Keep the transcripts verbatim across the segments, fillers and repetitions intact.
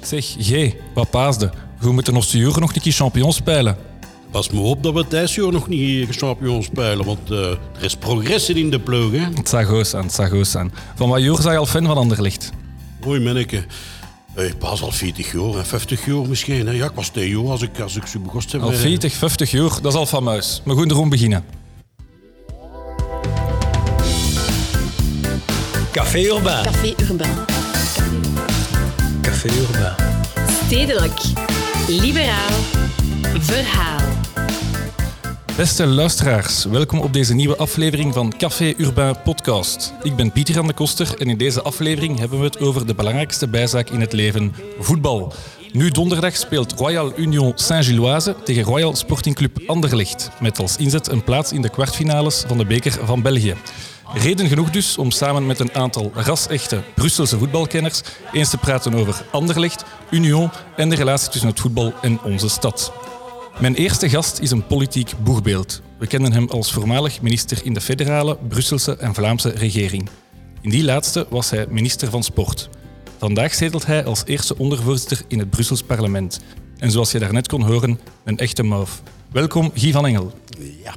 Zeg, G, wat paasde? We moeten ons uur nog een keer champion spelen. Pas me op dat we het jaar nog niet champion spelen, want uh, er is progressie in de ploeg. Hè? Het zou goed zijn, het zou goed zijn. Van wat jaar zijn je al fan van Anderlecht? Hoi, manneke. Ik pas al veertig jaar en vijftig jaar misschien. Hè? Ja, ik was twee jaar als ik, als ik zo begon te Al veertig, vijftig jaar, dat is al van muis. We gaan erom beginnen. Café Urbain. Café Urbain. Café Urbain. Stedelijk. Liberaal. Verhaal. Beste luisteraars, welkom op deze nieuwe aflevering van Café Urbain podcast. Ik ben Pieter van de Koster en in deze aflevering hebben we het over de belangrijkste bijzaak in het leven, voetbal. Nu donderdag speelt Royal Union Saint-Gilloise tegen Royal Sporting Club Anderlecht, met als inzet een plaats in de kwartfinales van de beker van België. Reden genoeg dus om samen met een aantal ras-echte Brusselse voetbalkenners eens te praten over Anderlecht, Union en de relatie tussen het voetbal en onze stad. Mijn eerste gast is een politiek boegbeeld. We kennen hem als voormalig minister in de federale, Brusselse en Vlaamse regering. In die laatste was hij minister van Sport. Vandaag zetelt hij als eerste ondervoorzitter in het Brussels parlement. En zoals je daarnet kon horen, een echte mauf. Welkom, Guy van Engel. Ja.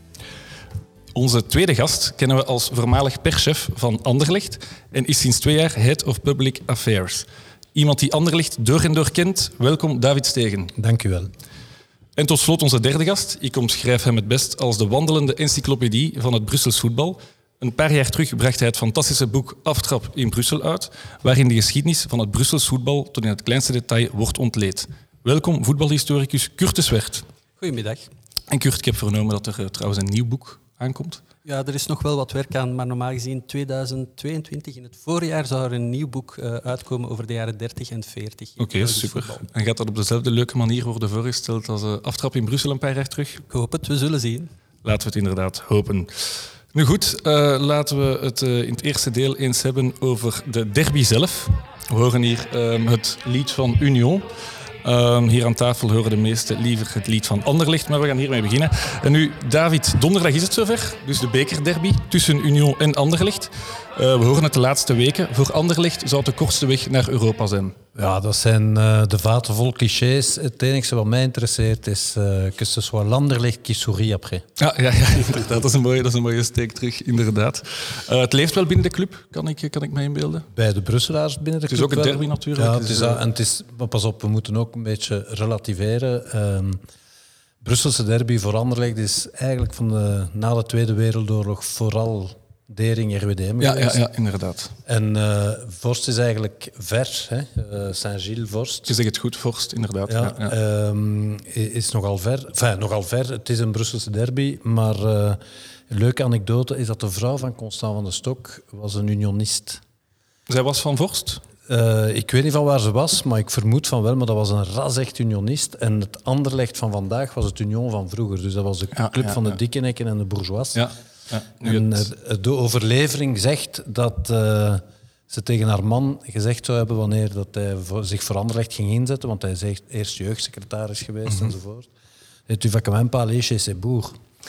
Onze tweede gast kennen we als voormalig perschef van Anderlecht en is sinds twee jaar Head of Public Affairs. Iemand die Anderlecht door en door kent. Welkom, David Stegen. Dank u wel. En tot slot onze derde gast. Ik omschrijf hem het best als de wandelende encyclopedie van het Brussels voetbal. Een paar jaar terug bracht hij het fantastische boek Aftrap in Brussel uit, waarin de geschiedenis van het Brussels voetbal tot in het kleinste detail wordt ontleed. Welkom, voetbalhistoricus Kurt de Swert. Goedemiddag. En Kurt, ik heb vernomen dat er uh, trouwens een nieuw boek aankomt. Ja, er is nog wel wat werk aan, maar normaal gezien tweeduizend tweeëntwintig, in het voorjaar, zou er een nieuw boek uh, uitkomen over de jaren dertig en veertig. Oké, okay, super. Voetbal. En gaat dat op dezelfde leuke manier worden voorgesteld als uh, Aftrap in Brussel een paar jaar terug? Ik hoop het, we zullen zien. Laten we het inderdaad hopen. Nu goed, uh, laten we het uh, in het eerste deel eens hebben over de derby zelf. We horen hier uh, het lied van Union. Uh, hier aan tafel horen de meesten liever het lied van Anderlecht, maar we gaan hiermee beginnen. En nu, David, donderdag is het zover, dus de bekerderby tussen Union en Anderlecht. Uh, we horen het de laatste weken. Voor Anderlecht zou het de kortste weg naar Europa zijn. Ja, dat zijn uh, de vaten vol clichés. Het enige wat mij interesseert is uh, que ce soit l'Anderlecht qui sourit après. Ja, ja, ja inderdaad. Dat is een mooie, dat is een mooie steek terug, inderdaad. Uh, het leeft wel binnen de club, kan ik, kan ik me inbeelden. Bij de Brusselaars binnen de club. Het is ook een derby natuurlijk. Ja, het is, uh, en het is, maar pas op, we moeten ook een beetje relativeren. Um, Brusselse derby voor Anderlecht is eigenlijk van de, na de Tweede Wereldoorlog vooral Dering R W D M. Ja, ja, ja, inderdaad. En uh, Vorst is eigenlijk ver, hè? Uh, Saint-Gilles-Vorst. Je zegt het goed, Vorst, inderdaad. Ja, ja, ja. Um, is nogal ver. Enfin, nogal ver. Het is een Brusselse derby, maar uh, een leuke anekdote is dat de vrouw van Constant van de Stok was een unionist. Zij was van Vorst? Uh, ik weet niet van waar ze was, maar ik vermoed van wel. Maar dat was een ras-echt unionist. En het Anderlecht van vandaag was het Union van vroeger. Dus dat was de club ja, ja, van de ja. Dikkenekken en de bourgeois. Ja. Ja, en het... de overlevering zegt dat uh, ze tegen haar man gezegd zou hebben wanneer dat hij voor, zich voor Anderlecht ging inzetten, want hij is echt eerst jeugdsecretaris geweest mm-hmm. enzovoort. Et tu vas quand même pas aller chez ces bourgs.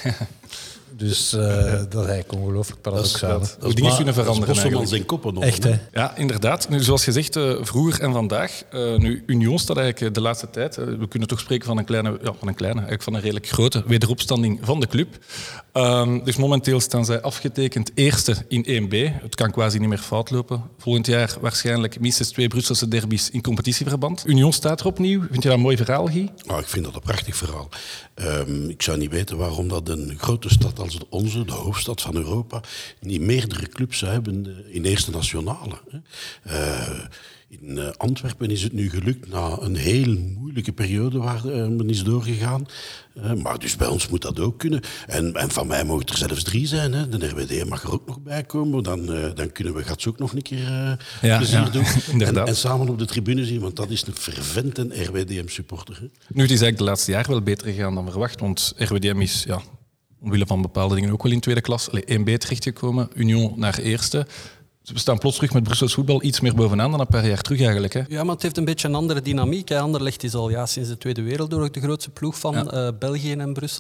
Dus uh, dat is eigenlijk ongelooflijk paradoxaal. Dat is dingen kunnen veranderen. Dat is zijn koppen nog. Echt, hè? Ja, inderdaad. Nu, zoals je zegt, uh, vroeger en vandaag. Uh, nu, Union staat eigenlijk de laatste tijd. Uh, we kunnen toch spreken van een kleine, ja, van een kleine, eigenlijk van een redelijk grote wederopstanding van de club. Um, dus momenteel staan zij afgetekend eerste in één B. Het kan quasi niet meer fout lopen. Volgend jaar waarschijnlijk minstens twee Brusselse derbies in competitieverband. Union staat er opnieuw. Vind je dat een mooi verhaal, Guy? Oh, ik vind dat een prachtig verhaal. Um, ik zou niet weten waarom dat een grote stad als onze, de hoofdstad van Europa, niet meerdere clubs hebben in eerste nationale. Uh, in uh, Antwerpen is het nu gelukt na een heel moeilijke periode waar uh, men is doorgegaan. Uh, maar dus bij ons moet dat ook kunnen. En, en van mij mogen er zelfs drie zijn. Hè. De R W D mag er ook nog bij komen. Dan, uh, dan kunnen we Gats ook nog een keer uh, ja, plezier ja, doen. En, en samen op de tribune zien, want dat is een fervente R W D M-supporter. Hè. Nu, het is eigenlijk de laatste jaar wel beter gegaan dan verwacht. Want R W D M is... Ja, omwille van bepaalde dingen ook wel in tweede klas. Allee, één B terechtgekomen, Union naar eerste. We staan plots terug met Brussels voetbal iets meer bovenaan dan een paar jaar terug eigenlijk. Hè? Ja, maar het heeft een beetje een andere dynamiek. Hè. Anderlecht is al ja, sinds de Tweede Wereldoorlog de grootste ploeg van ja. uh, België en Brussel.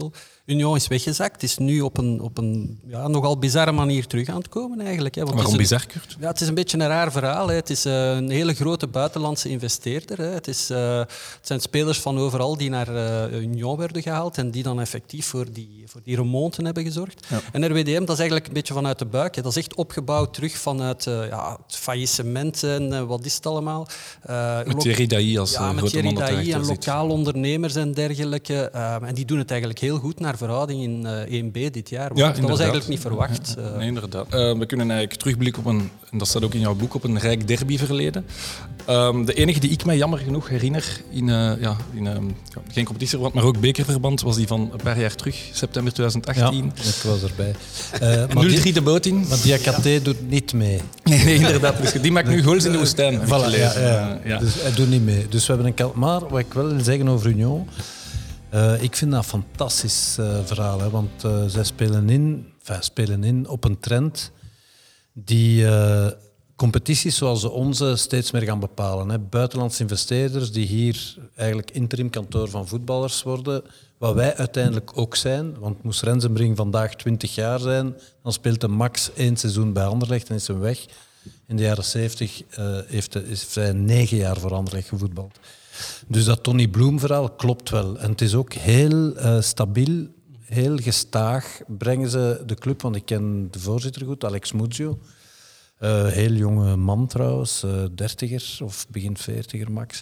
Union is weggezakt, is nu op een, op een ja, nogal bizarre manier terug aan het komen eigenlijk. Hè. Want Waarom het is een, bizar, Kurt? Ja, het is een beetje een raar verhaal. Hè. Het is uh, een hele grote buitenlandse investeerder. Hè. Het, is, uh, het zijn spelers van overal die naar uh, Union werden gehaald en die dan effectief voor die, voor die remonten hebben gezorgd. Ja. En R W D M, dat is eigenlijk een beetje vanuit de buik. Hè. Dat is echt opgebouwd terug vanuit uh, ja, het faillissement en uh, wat is het allemaal. Uh, met Thierry Dailly als ja, uh, met grote man Thierry Dailly en zit. lokaal ondernemers en dergelijke. Uh, en die doen het eigenlijk heel goed naar verhouding in uh, één B dit jaar. Ja, dat was eigenlijk niet verwacht. Ja, ja, nee, inderdaad. Uh, we kunnen eigenlijk terugblikken op een, en dat staat ook in jouw boek, op een rijk derbyverleden. Um, de enige die ik mij jammer genoeg herinner in, uh, ja, in uh, geen competitieverband, maar ook bekerverband, was die van een paar jaar terug, september twintig achttien. Ja, ik was erbij. Uh, nul drie de boot in. Maar Diakate ja. doet niet mee. Nee, nee inderdaad. Dus die maakt nu goals in de woestijn. Voilà, ja, ja. Uh, ja. Dus hij doet niet mee. Dus we hebben een kal- maar wat ik wel wil zeggen over Union, uh, ik vind dat een fantastisch uh, verhaal. Hè, want uh, zij spelen in, enfin, spelen in op een trend die uh, competities zoals de onze steeds meer gaan bepalen. Hè. Buitenlandse investeerders die hier eigenlijk interimkantoor van voetballers worden, wat wij uiteindelijk ook zijn. Want moest Rensenbrink vandaag twintig jaar zijn, dan speelt hij max één seizoen bij Anderlecht en is hij weg. In de jaren zeventig uh, heeft hij, heeft hij negen jaar voor Anderlecht gevoetbald. Dus dat Tony Bloem-verhaal klopt wel. En het is ook heel uh, stabiel, heel gestaag brengen ze de club, want ik ken de voorzitter goed, Alex Muzio. Uh, heel jonge man trouwens, uh, dertiger of begin veertiger max.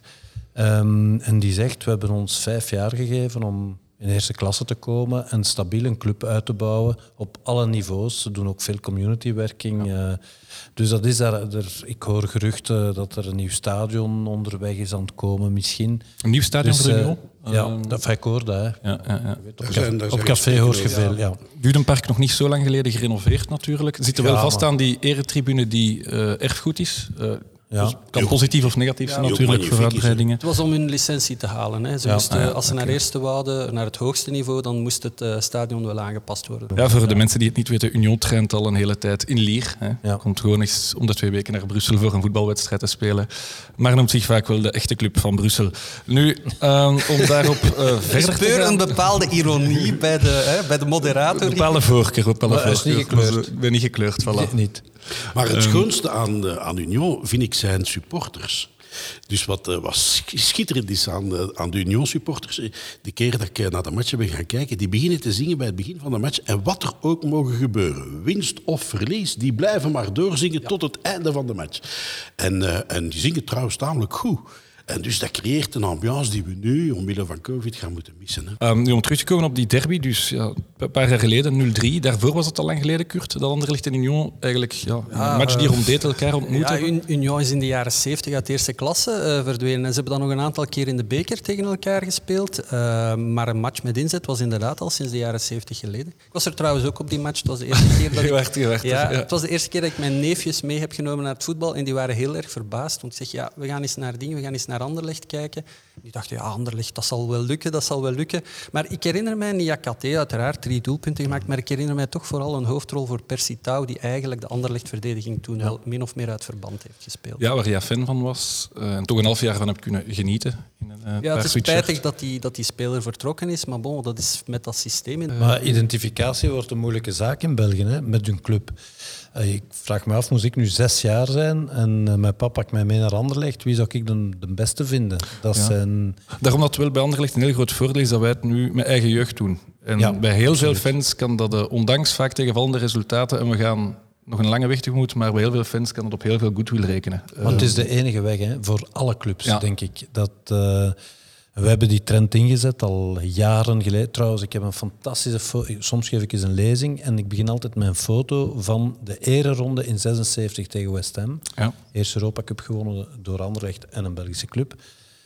Um, en die zegt, we hebben ons vijf jaar gegeven om in eerste klasse te komen en stabiel een club uit te bouwen op alle niveaus. Ze doen ook veel communitywerking. Ja. Uh, dus dat is daar, er, ik hoor geruchten dat er een nieuw stadion onderweg is aan het komen misschien. Een nieuw stadion dus, voor de Union? Uh, ja, um, dat ik hoor dat. Hè. Ja, ja, ja. Op, zijn, op café hoor je veel. Ja. Dudenpark nog niet zo lang geleden gerenoveerd natuurlijk. Zit er wel ja, vast maar... aan die eretribune die uh, erfgoed is. Uh, Ja. Dus kan jo. positief of negatief zijn ja, natuurlijk voor uitbreidingen. Het was om hun licentie te halen. Hè. Ze ja. moesten, ah, ja. Als ze okay. naar eerste wouden, naar het hoogste niveau, dan moest het uh, stadion wel aangepast worden. Ja, voor ja. de mensen die het niet weten, Union traint al een hele tijd in Lier. Hè. Ja. Komt gewoon eens om de twee weken naar Brussel voor een voetbalwedstrijd te spelen. Maar noemt zich vaak wel de echte club van Brussel. Nu, uh, om daarop uh, verder te gaan... een bepaalde ironie bij de, hè, bij de moderator. Een bepaalde voorkeur. Een bepaalde voorkeur. Is niet gekleurd. Ik ben niet gekleurd, voilà. Nee, niet. Maar het schoonste aan, uh, aan Union vind ik zijn supporters. Dus wat, uh, wat schitterend is aan, uh, aan de Union-supporters, de keer dat ik uh, naar de match ben gaan kijken, die beginnen te zingen bij het begin van de match. En wat er ook mogen gebeuren, winst of verlies, die blijven maar doorzingen ja. tot het einde van de match. En, uh, en die zingen trouwens tamelijk goed. En dus dat creëert een ambiance die we nu, omwille van COVID, gaan moeten missen. Hè. Um, nu om terug te komen op die derby, dus ja, een paar jaar geleden, nul drie. Daarvoor was het al lang geleden, Kurt, dat Anderlecht en Union eigenlijk ja, ja, een match die rond deed elkaar ontmoeten. Ja, Union is in de jaren zeventig uit de eerste klasse uh, verdwenen. En ze hebben dan nog een aantal keer in de beker tegen elkaar gespeeld. Uh, maar een match met inzet was inderdaad al sinds de jaren zeventig geleden. Ik was er trouwens ook op die match. Het was de eerste keer dat ik... Gewacht, gewacht, ja, ja. Het was de eerste keer dat ik mijn neefjes mee heb genomen naar het voetbal. En die waren heel erg verbaasd. Want ik zeg, ja, we gaan eens naar dingen, we gaan eens naar Anderlecht kijken. Die dachten, ja, Anderlecht, dat zal wel lukken, dat zal wel lukken. Maar ik herinner mij, Niakate, uiteraard drie doelpunten gemaakt, maar ik herinner mij toch vooral een hoofdrol voor Percy Tau, die eigenlijk de Anderlecht-verdediging toen ja. wel min of meer uit verband heeft gespeeld. Ja, waar jij fan van was uh, en toch een half jaar van heb kunnen genieten. In een, uh, ja, het is spijtig dat die, dat die speler vertrokken is, maar bon, dat is met dat systeem... In... Maar identificatie wordt een moeilijke zaak in België, hè, met hun club. Ik vraag me af, moest ik nu zes jaar zijn en uh, mijn papa pakt mij mee naar Anderlecht, wie zou ik dan de beste vinden? Dat ja. zijn... Daarom dat wel bij Anderlecht een heel groot voordeel is dat wij het nu met eigen jeugd doen. En ja, bij heel absoluut. veel fans kan dat, uh, ondanks vaak tegenvallende resultaten, en we gaan nog een lange weg tegemoet, maar bij heel veel fans kan het op heel veel goodwill rekenen. Want het is de enige weg hè, voor alle clubs, ja. denk ik. Dat... Uh, We hebben die trend ingezet al jaren geleden. Trouwens, ik heb een fantastische foto. Soms geef ik eens een lezing en ik begin altijd met een foto van de ereronde in zesenzeventig tegen West Ham. Ja. Eerste Europa Cup gewonnen door Anderlecht en een Belgische club.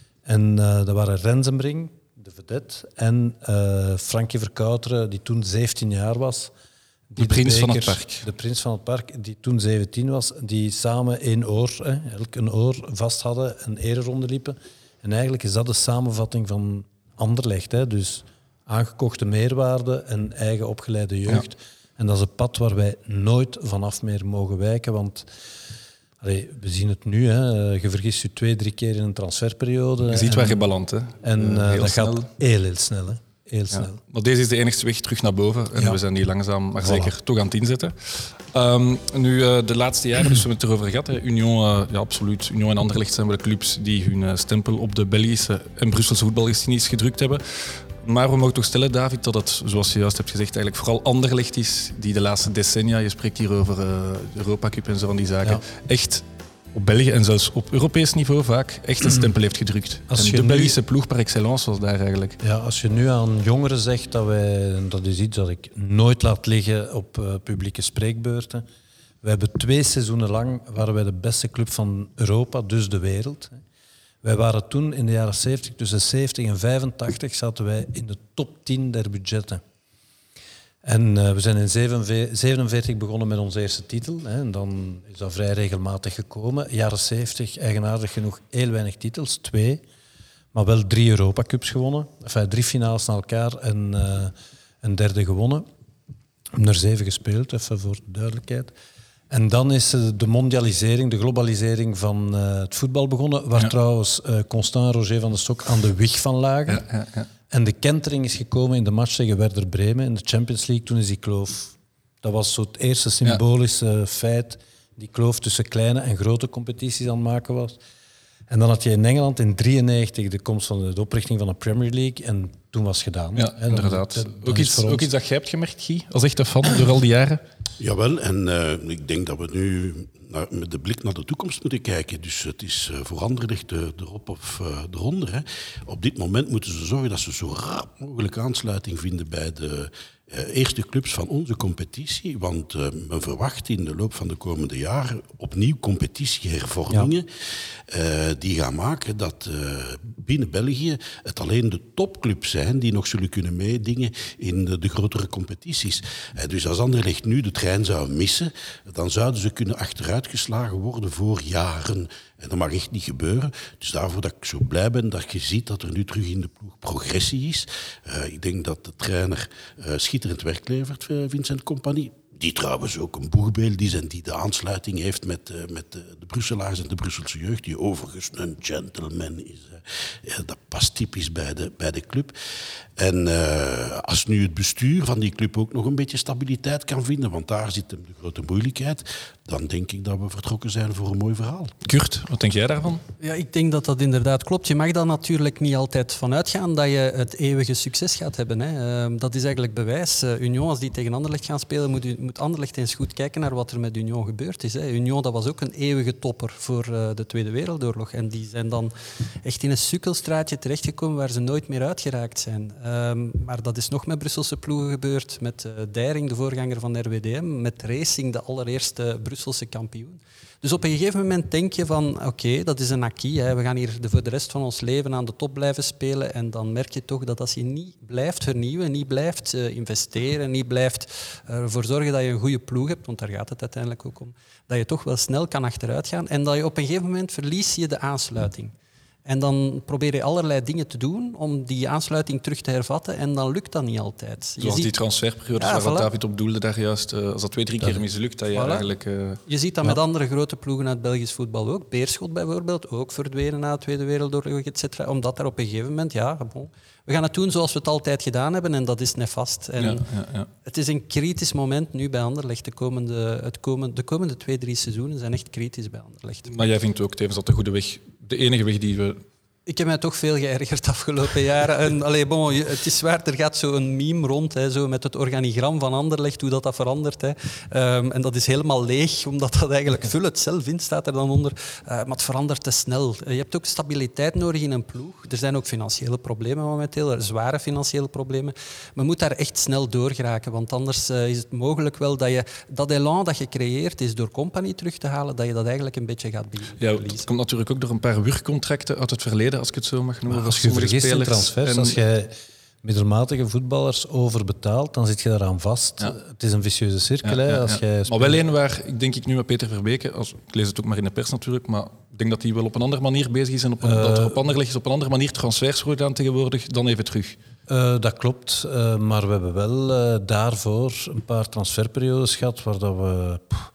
En uh, dat waren Rensenbrink, de vedette, en uh, Frankie Verkouteren, die toen zeventien jaar was. De prins de beker, van het park. De prins van het park, die toen zeventien was, die samen één oor, hè, elk een oor vast hadden en ereronde liepen. En eigenlijk is dat de samenvatting van Anderlecht. Hè? Dus aangekochte meerwaarde en eigen opgeleide jeugd. Ja. En dat is een pad waar wij nooit vanaf meer mogen wijken. Want allee, we zien het nu. Hè? Je vergist je twee, drie keer in een transferperiode. Je ziet en, waar je belandt. Hè? En uh, dat snel. gaat heel, heel snel. Hè? heel snel. Ja. Maar deze is de enige weg terug naar boven. En ja. we zijn die langzaam, maar Voilà. zeker toch aan het inzetten. Um, nu, uh, de laatste jaren, dus we hebben het erover gehad. Hè. Union, uh, ja, absoluut. Union en Anderlecht zijn wel de clubs die hun uh, stempel op de Belgische en Brusselse voetbalgeschiedenis gedrukt hebben. Maar we mogen toch stellen, David, dat het, zoals je juist hebt gezegd, eigenlijk vooral Anderlecht is die de laatste decennia, je spreekt hier over uh, de Europa Cup en zo van die zaken, ja. echt op België en zelfs op Europees niveau vaak echt een stempel heeft gedrukt. Als en je de nu, Belgische ploeg par excellence was daar eigenlijk. Ja, als je nu aan jongeren zegt dat wij, en dat is iets dat ik nooit laat liggen op uh, publieke spreekbeurten. We hebben twee seizoenen lang waren wij de beste club van Europa, dus de wereld. Wij waren toen in de jaren zeventig, tussen zeventig en vijfentachtig, zaten wij in de top tien der budgetten. En uh, we zijn in zevenenveertig begonnen met onze eerste titel. Hè, en dan is dat vrij regelmatig gekomen. Jaren zeventig, eigenaardig genoeg, heel weinig titels, twee. Maar wel drie Europa Cups gewonnen. Enfin, drie finales na elkaar en uh, een derde gewonnen. We hebben er zeven gespeeld, even voor de duidelijkheid. En dan is de mondialisering, de globalisering van uh, het voetbal begonnen, waar ja. trouwens uh, Constant en Roger van der Stok aan de wieg van lagen. Ja, ja, ja. En de kentering is gekomen in de match tegen Werder Bremen in de Champions League. Toen is die kloof... Dat was zo het eerste symbolische ja. feit. Die kloof tussen kleine en grote competities aan het maken was. En dan had je in Engeland in drieënnegentig de komst van de oprichting van de Premier League. En toen was het gedaan. Ja, He, inderdaad. Dan, dan ook, iets, ook iets dat jij hebt gemerkt, Guy, als echte fan door al die jaren? Jawel, en uh, ik denk dat we nu naar, met de blik naar de toekomst moeten kijken. Dus het is uh, voor Anderlecht de, de op of uh, de onder. Hè. Op dit moment moeten ze zorgen dat ze zo rap mogelijk aansluiting vinden bij de uh, eerste clubs van onze competitie. Want uh, men verwacht in de loop van de komende jaren opnieuw competitiehervormingen ja. uh, die gaan maken dat uh, binnen België het alleen de topclubs zijn die nog zullen kunnen meedingen in de, de grotere competities. Uh, dus als Anderlecht nu de trein zou missen, dan zouden ze kunnen achteruitgeslagen worden voor jaren. En dat mag echt niet gebeuren. Dus daarvoor dat ik zo blij ben dat je ziet dat er nu terug in de ploeg progressie is. Uh, ik denk dat de trainer uh, schitterend werk levert, Vincent Kompany. Die trouwens ook een boegbeeld is en die de aansluiting heeft met, uh, met de, de Brusselaars en de Brusselse jeugd, die overigens een gentleman is. Uh, ja, dat past typisch bij de, bij de club. En uh, als nu het bestuur van die club ook nog een beetje stabiliteit kan vinden, want daar zit hem de grote moeilijkheid, dan denk ik dat we vertrokken zijn voor een mooi verhaal. Kurt, wat denk jij daarvan? Ja, ik denk dat dat inderdaad klopt. Je mag daar natuurlijk niet altijd van uitgaan dat je het eeuwige succes gaat hebben. Hè. Uh, dat is eigenlijk bewijs. Uh, Union, als die tegen Anderlecht gaan spelen, moet, u, moet Anderlecht eens goed kijken naar wat er met Union gebeurd is. Hè. Union, dat was ook een eeuwige topper voor uh, de Tweede Wereldoorlog. En die zijn dan echt in een sukkelstraatje terechtgekomen waar ze nooit meer uitgeraakt zijn. Um, maar dat is nog met Brusselse ploegen gebeurd, met uh, Deiring, de voorganger van R W D M, met Racing, de allereerste Brusselse kampioen. Dus op een gegeven moment denk je van, oké, okay, dat is een acquis. Hè. We gaan hier de, voor de rest van ons leven aan de top blijven spelen. En dan merk je toch dat als je niet blijft vernieuwen, niet blijft uh, investeren, niet blijft uh, ervoor zorgen dat je een goede ploeg hebt, want daar gaat het uiteindelijk ook om, dat je toch wel snel kan achteruit gaan. En dat je op een gegeven moment verlies je de aansluiting. En dan probeer je allerlei dingen te doen om die aansluiting terug te hervatten en dan lukt dat niet altijd. Je Zoals ziet... die transferperiodes ja, waar voilà. David op doelde daar juist, uh, als dat twee, drie keer mislukt, dat je voilà. eigenlijk... Uh... Je ziet dat ja. met andere grote ploegen uit Belgisch voetbal ook. Beerschot bijvoorbeeld, ook verdwenen na de Tweede Wereldoorlog, et cetera. Omdat daar op een gegeven moment, ja, bon, we gaan het doen zoals we het altijd gedaan hebben en dat is nefast. En ja, ja, ja. Het is een kritisch moment nu bij Anderlecht. De komende, het komende, de komende twee, drie seizoenen zijn echt kritisch bij Anderlecht. Maar jij vindt ook tevens dat de goede weg, de enige weg die we... Ik heb mij toch veel geërgerd de afgelopen jaren. En, allee, bon, het is waar, er gaat zo'n meme rond hè, zo met het organigram van Anderlecht, hoe dat, dat verandert. Hè. Um, en dat is helemaal leeg, omdat dat eigenlijk vul het zelf in, staat er dan onder. Uh, maar het verandert te snel. Je hebt ook stabiliteit nodig in een ploeg. Er zijn ook financiële problemen momenteel, zware financiële problemen. Men moet daar echt snel door geraken, want anders uh, is het mogelijk wel dat je dat elan dat je creëert is door Kompany terug te halen, dat je dat eigenlijk een beetje gaat verliezen. Ja, het komt natuurlijk ook door een paar huurcontracten uit het verleden, als ik het zo mag noemen. Als je vergist in transfers, en... als jij middelmatige voetballers overbetaalt, dan zit je daaraan vast. Ja. Het is een vicieuze cirkel. Ja, ja, ja. Als jij maar wel een waar, ik denk ik nu met Peter Verbeke, als, ik lees het ook maar in de pers natuurlijk, maar ik denk dat hij wel op een andere manier bezig is en op een, uh, dat er op Anderlecht is op een andere manier transfers worden aan tegenwoordig, dan even terug. Uh, dat klopt, uh, maar we hebben wel uh, daarvoor een paar transferperiodes gehad waar dat we... Pff,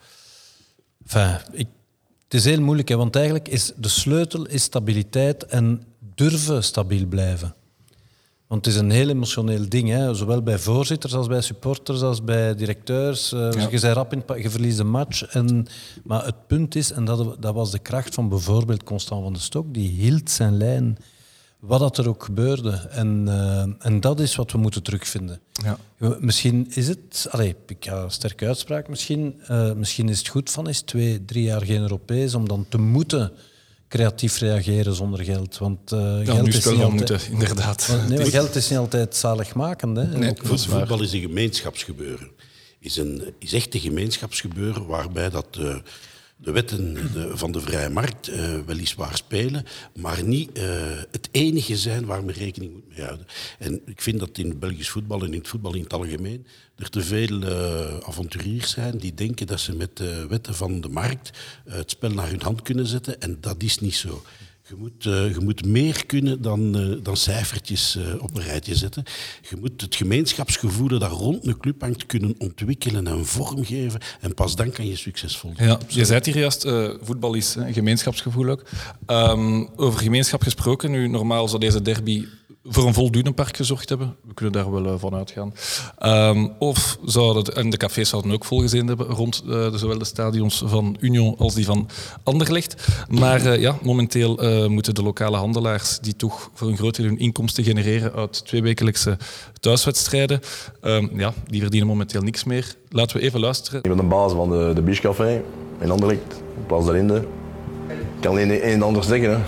enfin, ik, het is heel moeilijk, hè, want eigenlijk is de sleutel is stabiliteit en durven stabiel blijven. Want het is een heel emotioneel ding, hè? Zowel bij voorzitters als bij supporters, als bij directeurs. Uh, ja. Je bent rap in, je verliest een match. En, maar het punt is, en dat, dat was de kracht van bijvoorbeeld Constant van de Stok, die hield zijn lijn, wat dat er ook gebeurde. En, uh, en dat is wat we moeten terugvinden. Ja. Misschien is het, allez, ik ga een sterke uitspraak, misschien, uh, misschien is het goed van eens twee, drie jaar geen Europees, om dan te moeten creatief reageren zonder geld. Want uh, ja, geld nu is wel niet gaan altijd... moeten, inderdaad. Want, nee, maar geld is niet altijd zaligmakend. Hè? Nee, Voet, voetbal is een gemeenschapsgebeuren. Is, een, is echt een gemeenschapsgebeuren waarbij dat uh, de wetten de, van de vrije markt uh, weliswaar spelen, maar niet uh, het enige zijn waar men rekening moet mee houden. En ik vind dat in het Belgisch voetbal en in het voetbal in het algemeen er te veel uh, avonturiers zijn die denken dat ze met de wetten van de markt uh, het spel naar hun hand kunnen zetten. En dat is niet zo. Je moet, uh, je moet meer kunnen dan, uh, dan cijfertjes uh, op een rijtje zetten. Je moet het gemeenschapsgevoel dat rond een club hangt kunnen ontwikkelen en vormgeven. En pas dan kan je succesvol zijn. Ja, je zei het hier juist, uh, voetbal is een gemeenschapsgevoel ook. Um, over gemeenschap gesproken, nu normaal zou deze derby voor een voldoende park gezorgd hebben. We kunnen daar wel uh, van uitgaan. Um, of zouden, en de cafés zouden ook volgezien hebben rond uh, de, zowel de stadions van Union als die van Anderlecht. Maar uh, ja, momenteel uh, moeten de lokale handelaars, die toch voor een groot deel hun inkomsten genereren uit tweewekelijkse thuiswedstrijden, um, ja, die verdienen momenteel niks meer. Laten we even luisteren. Ik ben de baas van de, de Bischcafé in Anderlecht, Plaats der Linde. Ik kan alleen een en ander zeggen. Hè.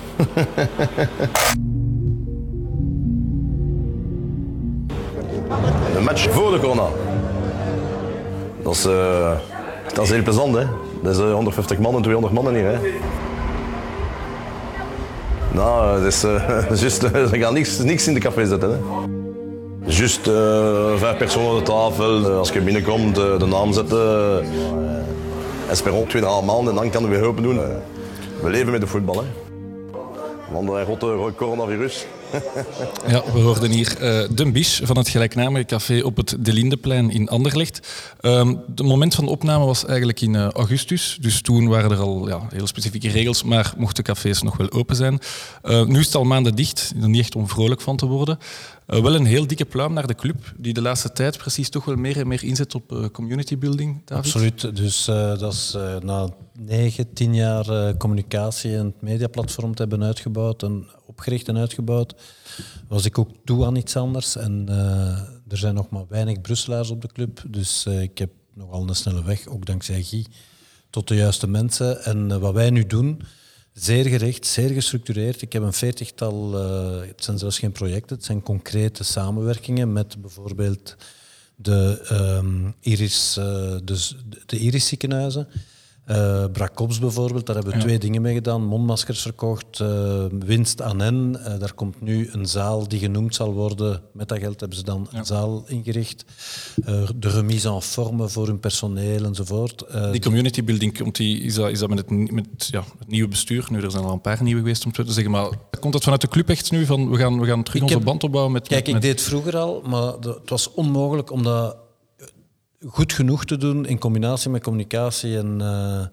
Een match voor de corona. Dat is, uh, dat is heel plezant, hè. Dat is uh, honderdvijftig man en tweehonderd man hier, hè. Nou, dat is uh, just, uh, ze gaan niks, niks in de café zetten, hè. Just uh, vijf personen aan de tafel. Uh, als je binnenkomt, uh, de naam zetten. Uh, Esperon, tweeënhalf maanden en dan kan we weer open doen. Uh, we leven met de voetbal, hè. Want een rotte coronavirus. Ja, we hoorden hier uh, de Biche van het gelijknamige café op het De Lindeplein in Anderlecht. Um, het moment van de opname was eigenlijk in uh, augustus. Dus toen waren er al ja, heel specifieke regels, maar mochten cafés nog wel open zijn. Uh, nu is het al maanden dicht, er niet echt om vrolijk van te worden. Uh, wel een heel dikke pluim naar de club, die de laatste tijd precies toch wel meer en meer inzet op uh, community building, David. Absoluut. Dus uh, dat is uh, na negen, tien jaar uh, communicatie en het mediaplatform te hebben uitgebouwd en opgericht en uitgebouwd, was ik ook toe aan iets anders. En uh, er zijn nog maar weinig Brusselaars op de club, dus uh, ik heb nogal een snelle weg, ook dankzij Guy, tot de juiste mensen. En uh, wat wij nu doen, zeer gericht, zeer gestructureerd. Ik heb een veertigtal, uh, het zijn zelfs geen projecten, het zijn concrete samenwerkingen met bijvoorbeeld de, um, Iris, uh, de, de Iris ziekenhuizen. Uh, Brakops bijvoorbeeld, daar hebben we ja. twee dingen mee gedaan. Mondmaskers verkocht, uh, winst aan hen. Uh, daar komt nu een zaal die genoemd zal worden. Met dat geld hebben ze dan ja. een zaal ingericht. Uh, de remise en forme voor hun personeel enzovoort. Uh, die community building, komt die, is, dat, is dat met, het, met ja, het nieuwe bestuur? Nu, er zijn al een paar nieuwe geweest om het te zeggen. Maar komt dat vanuit de club echt nu? Van, we, gaan, we gaan terug ik onze heb, band opbouwen met... Kijk, met, ik deed vroeger al, maar de, het was onmogelijk om dat goed genoeg te doen in combinatie met communicatie en, uh,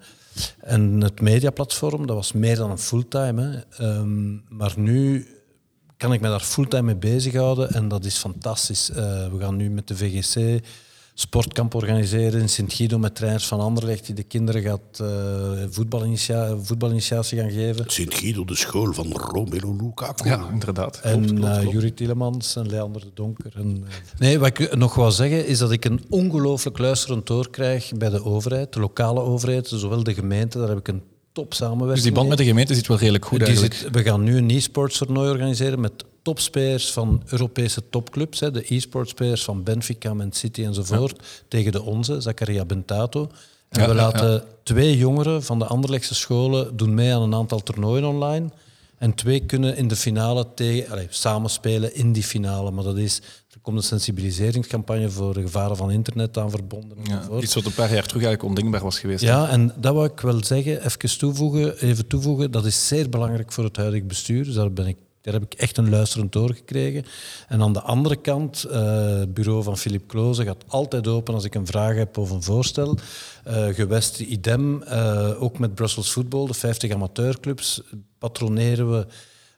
en het mediaplatform. Dat was meer dan een fulltime. Hè. Um, maar nu kan ik me daar fulltime mee bezighouden en dat is fantastisch. Uh, we gaan nu met de V G C sportkamp organiseren in Sint-Guido met trainers van Anderlecht die de kinderen gaat uh, voetbalinitia- voetbalinitiatie gaan geven. Sint-Guido, de school van Romelu Lukaku. Ja, inderdaad. En klopt, klopt, klopt. Uh, Juri Tielemans en Leander de Donker. En, uh... Nee, wat ik nog wou zeggen is dat ik een ongelooflijk luisterend oor krijg bij de overheid, de lokale overheid, zowel de gemeente, daar heb ik een top samenwerking. Dus die band met de gemeente zit wel redelijk goed eigenlijk. Zit, we gaan nu een e-sports toernooi organiseren met topspelers van Europese topclubs. Hè, de e-sports spelers van Benfica, Man City enzovoort. Ja. Tegen de onze, Zakaria Bentato. En ja, we laten ja, ja. twee jongeren van de Anderlechtse scholen doen mee aan een aantal toernooien online. En twee kunnen in de finale tegen, allez, samenspelen in die finale. Maar dat is, er komt een sensibiliseringscampagne voor de gevaren van internet aan verbonden. Ja, iets wat een paar jaar terug eigenlijk ondenkbaar was geweest. Ja, en dat wou ik wel zeggen, even toevoegen, even toevoegen. Dat is zeer belangrijk voor het huidige bestuur. Dus daar ben ik Daar heb ik echt een luisterend oor gekregen. En aan de andere kant, uh, het bureau van Philippe Kloze gaat altijd open als ik een vraag heb of een voorstel. Uh, gewest idem, uh, ook met Brussels Football, de vijftig amateurclubs, patroneren we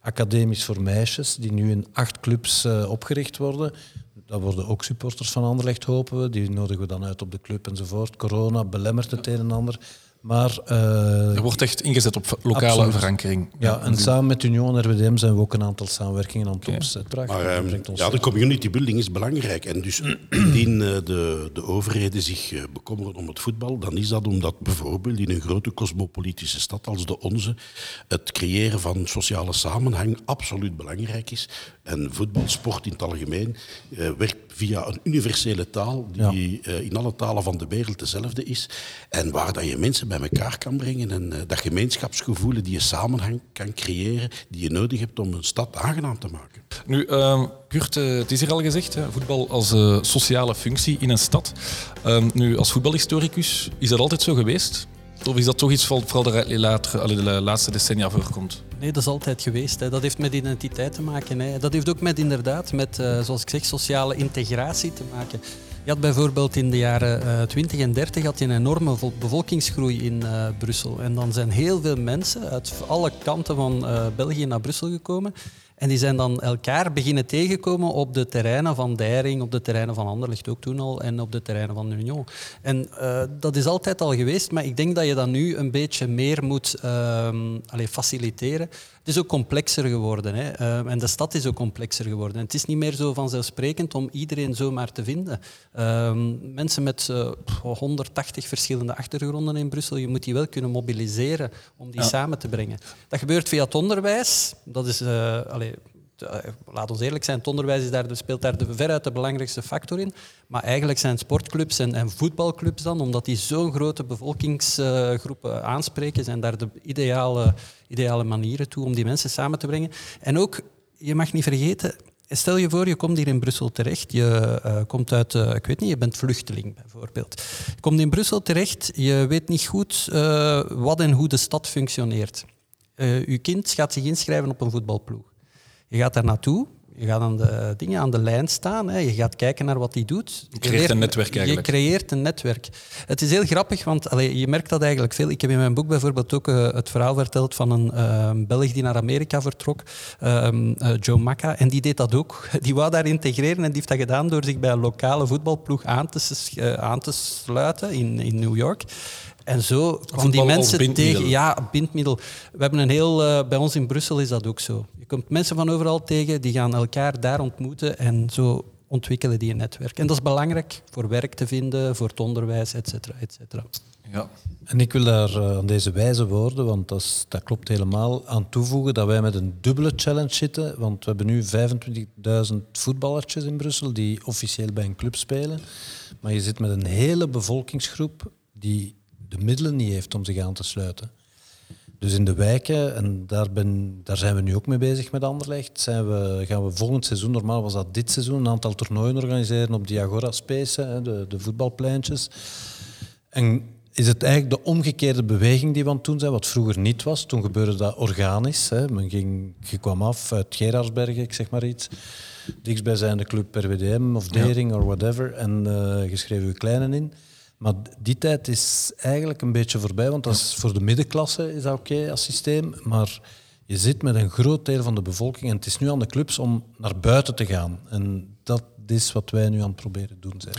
academisch voor meisjes, die nu in acht clubs uh, opgericht worden. Dat worden ook supporters van Anderlecht, hopen we. Die nodigen we dan uit op de club enzovoort. Corona belemmert het een en ander. Maar, uh, er wordt echt ingezet op lokale absoluut. verankering. Ja, ja, en samen met Union en R W D M zijn we ook een aantal samenwerkingen aan het okay. opzetten. Maar um, ja, de community building is belangrijk. En dus indien uh, de, de overheden zich uh, bekommeren om het voetbal, dan is dat omdat bijvoorbeeld in een grote cosmopolitische stad als de onze het creëren van sociale samenhang absoluut belangrijk is. En voetbal, sport in het algemeen, uh, werkt via een universele taal die ja. uh, in alle talen van de wereld dezelfde is. En waar dat je mensen bij elkaar kan brengen en uh, dat gemeenschapsgevoel die je samenhang kan creëren, die je nodig hebt om een stad aangenaam te maken. Nu, uh, Kurt, uh, het is hier al gezegd, hè, voetbal als uh, sociale functie in een stad. Uh, nu, als voetbalhistoricus, is dat altijd zo geweest? Of is dat toch iets vooral de, later, de laatste decennia voorkomt? Nee, dat is altijd geweest. Hè. Dat heeft met identiteit te maken. Hè. Dat heeft ook met, inderdaad, met, uh, zoals ik zeg, sociale integratie te maken. Je had bijvoorbeeld in de jaren uh, twintig en dertig had je een enorme bevolkingsgroei in uh, Brussel. En dan zijn heel veel mensen uit alle kanten van uh, België naar Brussel gekomen. En die zijn dan elkaar beginnen tegenkomen op de terreinen van Deiring, op de terreinen van Anderlecht ook toen al, en op de terreinen van Union. En uh, dat is altijd al geweest, maar ik denk dat je dat nu een beetje meer moet uh, allez, faciliteren. Het is ook complexer geworden. Hè. Uh, en de stad is ook complexer geworden. En het is niet meer zo vanzelfsprekend om iedereen zomaar te vinden. Uh, mensen met uh, honderdtachtig verschillende achtergronden in Brussel, je moet die wel kunnen mobiliseren om die ja. samen te brengen. Dat gebeurt via het onderwijs. Dat is... Uh, allez, laat ons eerlijk zijn, het onderwijs is daar, speelt daar de, veruit de belangrijkste factor in. Maar eigenlijk zijn sportclubs en, en voetbalclubs dan, omdat die zo'n grote bevolkingsgroepen uh, aanspreken, zijn daar de ideale, ideale manieren toe om die mensen samen te brengen. En ook, je mag niet vergeten, stel je voor, je komt hier in Brussel terecht, je uh, komt uit, uh, ik weet niet, je bent vluchteling bijvoorbeeld. Je komt in Brussel terecht, je weet niet goed uh, wat en hoe de stad functioneert. Uh, je kind gaat zich inschrijven op een voetbalploeg. Je gaat daar naartoe, je gaat aan de dingen aan de lijn staan, hè. Je gaat kijken naar wat hij doet. Je creëert een netwerk eigenlijk. Je creëert een netwerk. Het is heel grappig, want allee, je merkt dat eigenlijk veel. Ik heb in mijn boek bijvoorbeeld ook uh, het verhaal verteld van een uh, Belg die naar Amerika vertrok, uh, uh, Joe Macca, en die deed dat ook. Die wou daar integreren en die heeft dat gedaan door zich bij een lokale voetbalploeg aan te, uh, aan te sluiten in, in New York. En zo kwam die mensen tegen. Ja, bindmiddel. We hebben een heel, uh, bij ons in Brussel is dat ook zo. Je komt mensen van overal tegen, die gaan elkaar daar ontmoeten en zo ontwikkelen die een netwerk. En dat is belangrijk voor werk te vinden, voor het onderwijs, et cetera, et cetera. Ja. En ik wil daar uh, aan deze wijze woorden, want dat, is, dat klopt helemaal, aan toevoegen dat wij met een dubbele challenge zitten. Want we hebben nu vijfentwintigduizend voetballertjes in Brussel die officieel bij een club spelen. Maar je zit met een hele bevolkingsgroep die de middelen niet heeft om zich aan te sluiten. Dus in de wijken, en daar, ben, daar zijn we nu ook mee bezig met Anderlecht, zijn we, gaan we volgend seizoen, normaal was dat dit seizoen, een aantal toernooien organiseren op die Agora Space, de, de voetbalpleintjes. En is het eigenlijk de omgekeerde beweging die we aan het doen zijn, wat vroeger niet was. Toen gebeurde dat organisch. Hè. Men ging, je kwam af uit Gerardsbergen, ik zeg maar iets. Dichtstbijzijnde club R W D M of Dering ja. of whatever. En uh, je schreef je kleinen in. Maar die tijd is eigenlijk een beetje voorbij, want dat is voor de middenklasse is dat oké okay, als systeem. Maar je zit met een groot deel van de bevolking en het is nu aan de clubs om naar buiten te gaan. En dat is wat wij nu aan het proberen doen zijn.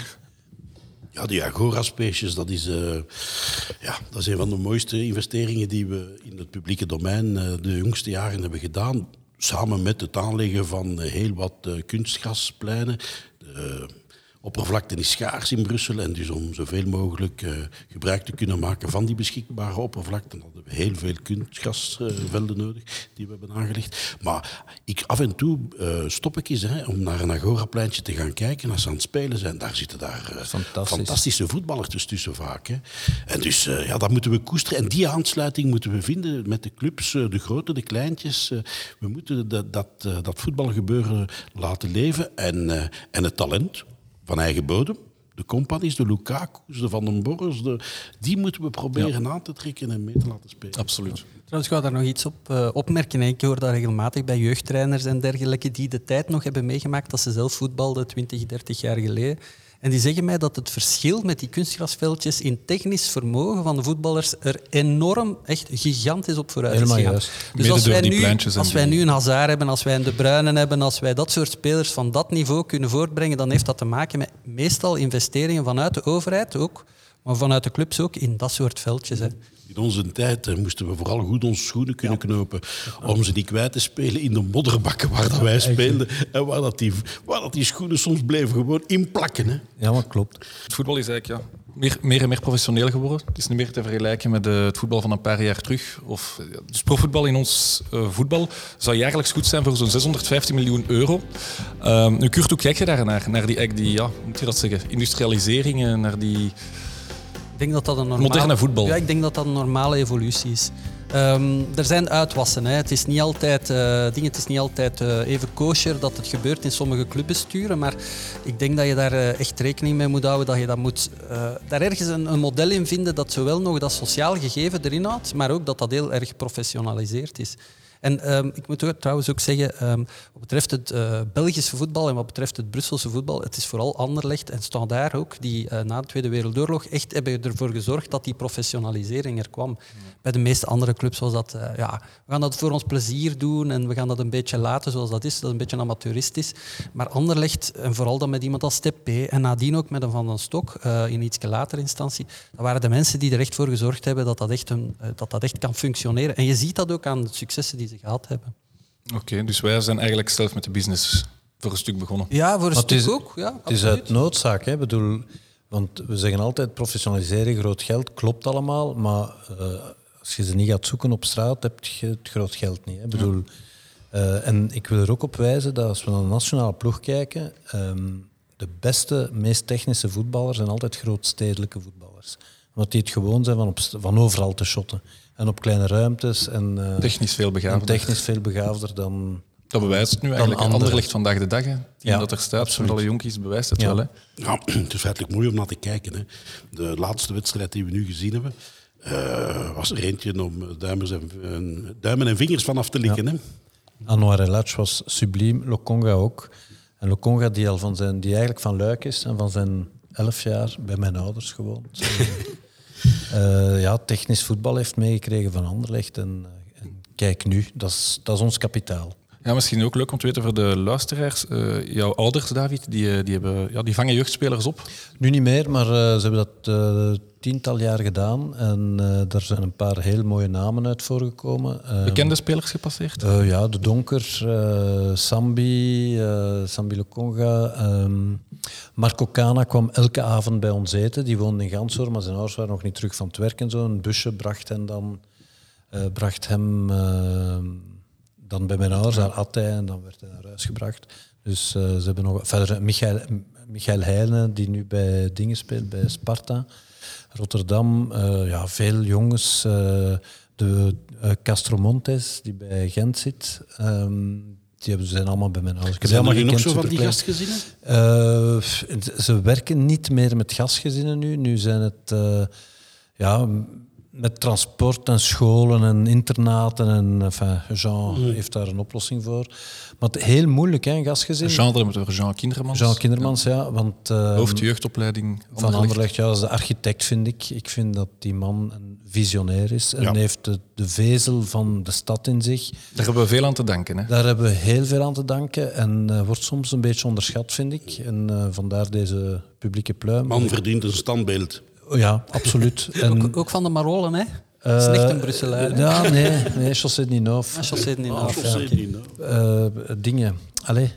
Ja, die Agora-spaces, dat is, uh, ja, dat is een van de mooiste investeringen die we in het publieke domein uh, de jongste jaren hebben gedaan. Samen met het aanleggen van uh, heel wat uh, kunstgraspleinen. Uh, Oppervlakte is schaars in Brussel en dus om zoveel mogelijk uh, gebruik te kunnen maken van die beschikbare oppervlakte hadden we heel veel kunstgrasvelden uh, nodig die we hebben aangelegd. Maar ik, af en toe uh, stop ik eens hè, om naar een agorapleintje te gaan kijken als ze aan het spelen zijn. Daar zitten daar uh, Fantastisch. fantastische voetballers tussen vaak. Hè. En dus uh, ja, dat moeten we koesteren. En die aansluiting moeten we vinden met de clubs, uh, de grote, de kleintjes. Uh, we moeten dat, dat, uh, dat voetbalgebeuren laten leven en, uh, en het talent van eigen bodem, de Companies, de Lukaku's, de Van den Borres, de, die moeten we proberen ja. aan te trekken en mee te laten spelen. Absoluut. Trouwens, ik wou daar nog iets op uh, opmerken. Ik hoor dat regelmatig bij jeugdtrainers en dergelijke die de tijd nog hebben meegemaakt dat ze zelf voetbalden twintig, dertig jaar geleden. En die zeggen mij dat het verschil met die kunstgrasveldjes in technisch vermogen van de voetballers er enorm, echt gigantisch op vooruit is Helemaal gegaan. juist. Dus Mede als door wij, die nu, pleintjes en als wij die- nu een Hazard hebben, als wij een De Bruyne hebben, als wij dat soort spelers van dat niveau kunnen voortbrengen, dan heeft dat te maken met meestal investeringen vanuit de overheid ook, maar vanuit de clubs ook, in dat soort veldjes. Hè. In onze tijd eh, moesten we vooral goed onze schoenen kunnen knopen om ze niet kwijt te spelen in de modderbakken waar dat wij speelden en waar, dat die, waar dat die schoenen soms bleven gewoon inplakken. Hè. Ja, maar klopt. Het voetbal is eigenlijk ja, meer, meer en meer professioneel geworden. Het is niet meer te vergelijken met uh, het voetbal van een paar jaar terug. Of, uh, dus profvoetbal in ons uh, voetbal zou jaarlijks goed zijn voor zo'n zeshonderdvijftien miljoen euro. Uh, nu, Kurt, hoe kijk je daarnaar? Naar die, die ja, hoe moet je dat zeggen, industrialisering, naar die... Ik denk dat dat een normale, moderne voetbal. Ja, ik denk dat dat een normale evolutie is. Um, er zijn uitwassen. Hè. Het is niet altijd, uh, dingen, het is niet altijd uh, even kosher dat het gebeurt in sommige clubbesturen, maar ik denk dat je daar uh, echt rekening mee moet houden, dat je dat moet, uh, daar ergens een, een model in vinden dat zowel nog dat sociaal gegeven erin houdt, maar ook dat dat heel erg geprofessionaliseerd is. En um, ik moet ook, trouwens ook zeggen, um, wat betreft het uh, Belgische voetbal en wat betreft het Brusselse voetbal, het is vooral Anderlecht en Standaard ook, die uh, na de Tweede Wereldoorlog echt hebben ervoor gezorgd dat die professionalisering er kwam. Mm. Bij de meeste andere clubs was dat, uh, ja, we gaan dat voor ons plezier doen en we gaan dat een beetje laten zoals dat is, dat is een beetje amateuristisch. Maar Anderlecht, en vooral dan met iemand als Steppe en nadien ook met een Van den Stok, uh, in iets latere instantie, dat waren de mensen die er echt voor gezorgd hebben dat dat echt, een, uh, dat dat echt kan functioneren. En je ziet dat ook aan de successen die ze gehad hebben. Oké, okay, dus wij zijn eigenlijk zelf met de business voor een stuk begonnen. Ja, voor een maar stuk is, ook. Ja, het is uit noodzaak. Hè? Bedoel, want we zeggen altijd professionaliseren, groot geld, klopt allemaal. Maar uh, als je ze niet gaat zoeken op straat, heb je het groot geld niet. Hè? Bedoel, uh, en ik wil er ook op wijzen dat als we naar de nationale ploeg kijken, um, de beste, meest technische voetballers zijn altijd grootstedelijke voetballers. Omdat die het gewoon zijn van, op, van overal te shotten. En op kleine ruimtes. En, uh, technisch veel begaafder. Technisch veel begaafder dan... Dat bewijst het nu eigenlijk. Een ander ligt vandaag de dag. Hè. Die Ja, dat er staat, absoluut. voor alle jonkies, bewijst het Ja. wel. Hè. Ja, het is feitelijk mooi om naar te kijken. Hè. De laatste wedstrijd die we nu gezien hebben, uh, was er eentje om duimers en, uh, duimen en vingers vanaf te likken. Ja. Hè. Anwar El Hadj was subliem, Lokonga ook. En Lokonga die, al van zijn, die eigenlijk van Luik is en van zijn elf jaar bij mijn ouders gewoond. uh, ja, technisch voetbal heeft meegekregen van Anderlecht. En, en kijk nu, dat is, dat is ons kapitaal. Ja, misschien ook leuk om te weten voor de luisteraars. Uh, jouw ouders, David, die, die, hebben, ja, die vangen jeugdspelers op. Nu niet meer, maar uh, ze hebben dat uh, tiental jaar gedaan. En uh, daar zijn een paar heel mooie namen uit voorgekomen. Uh, Bekende spelers gepasseerd? Uh, ja, De Donker, uh, Sambi, uh, Sambi Lokonga. Um, Marco Cana kwam elke avond bij ons eten. Die woonde in Ganshoorn, maar zijn ouders waren nog niet terug van het werk en zo. Een busje bracht hem dan... Uh, bracht hem... Uh, dan bij mijn ouders, daar at hij en dan werd hij naar huis gebracht. Dus uh, ze hebben nog... Verder, Michael, Michael Heijnen, die nu bij dingen speelt, bij Sparta. Rotterdam, uh, ja, veel jongens. Uh, de uh, Castro Montes, die bij Gent zit. Um, die hebben, zijn allemaal bij mijn ouders. Zijn er gekend, nog zo van die superplein. gastgezinnen? Uh, ze werken niet meer met gastgezinnen nu. Nu zijn het... Uh, ja... Met transport en scholen en internaten. En, enfin, Jean mm. heeft daar een oplossing voor. Maar het, heel moeilijk, hè, een gastgezin. Jean, daar hebben we Jean Kindermans. Jean Kindermans, ja. ja want, uh, hoofdjeugdopleiding van Anderlecht. Ja, dat is de architect, vind ik. Ik vind dat die man een visionair is. En ja. heeft de, de vezel van de stad in zich. Daar hebben we veel aan te danken. Hè? Daar hebben we heel veel aan te danken. En uh, wordt soms een beetje onderschat, vind ik. En uh, vandaar deze publieke pluim. Man verdient een standbeeld. Ja, absoluut. En, ook, ook van de Marolen, hè? Dat is echt een Brusselaar. Uh, ja, nee, nee, Chaussée de Ninove. Ah, Chaussée de Ninove. Chaussée de Ninove. Uh, dingen. Allee.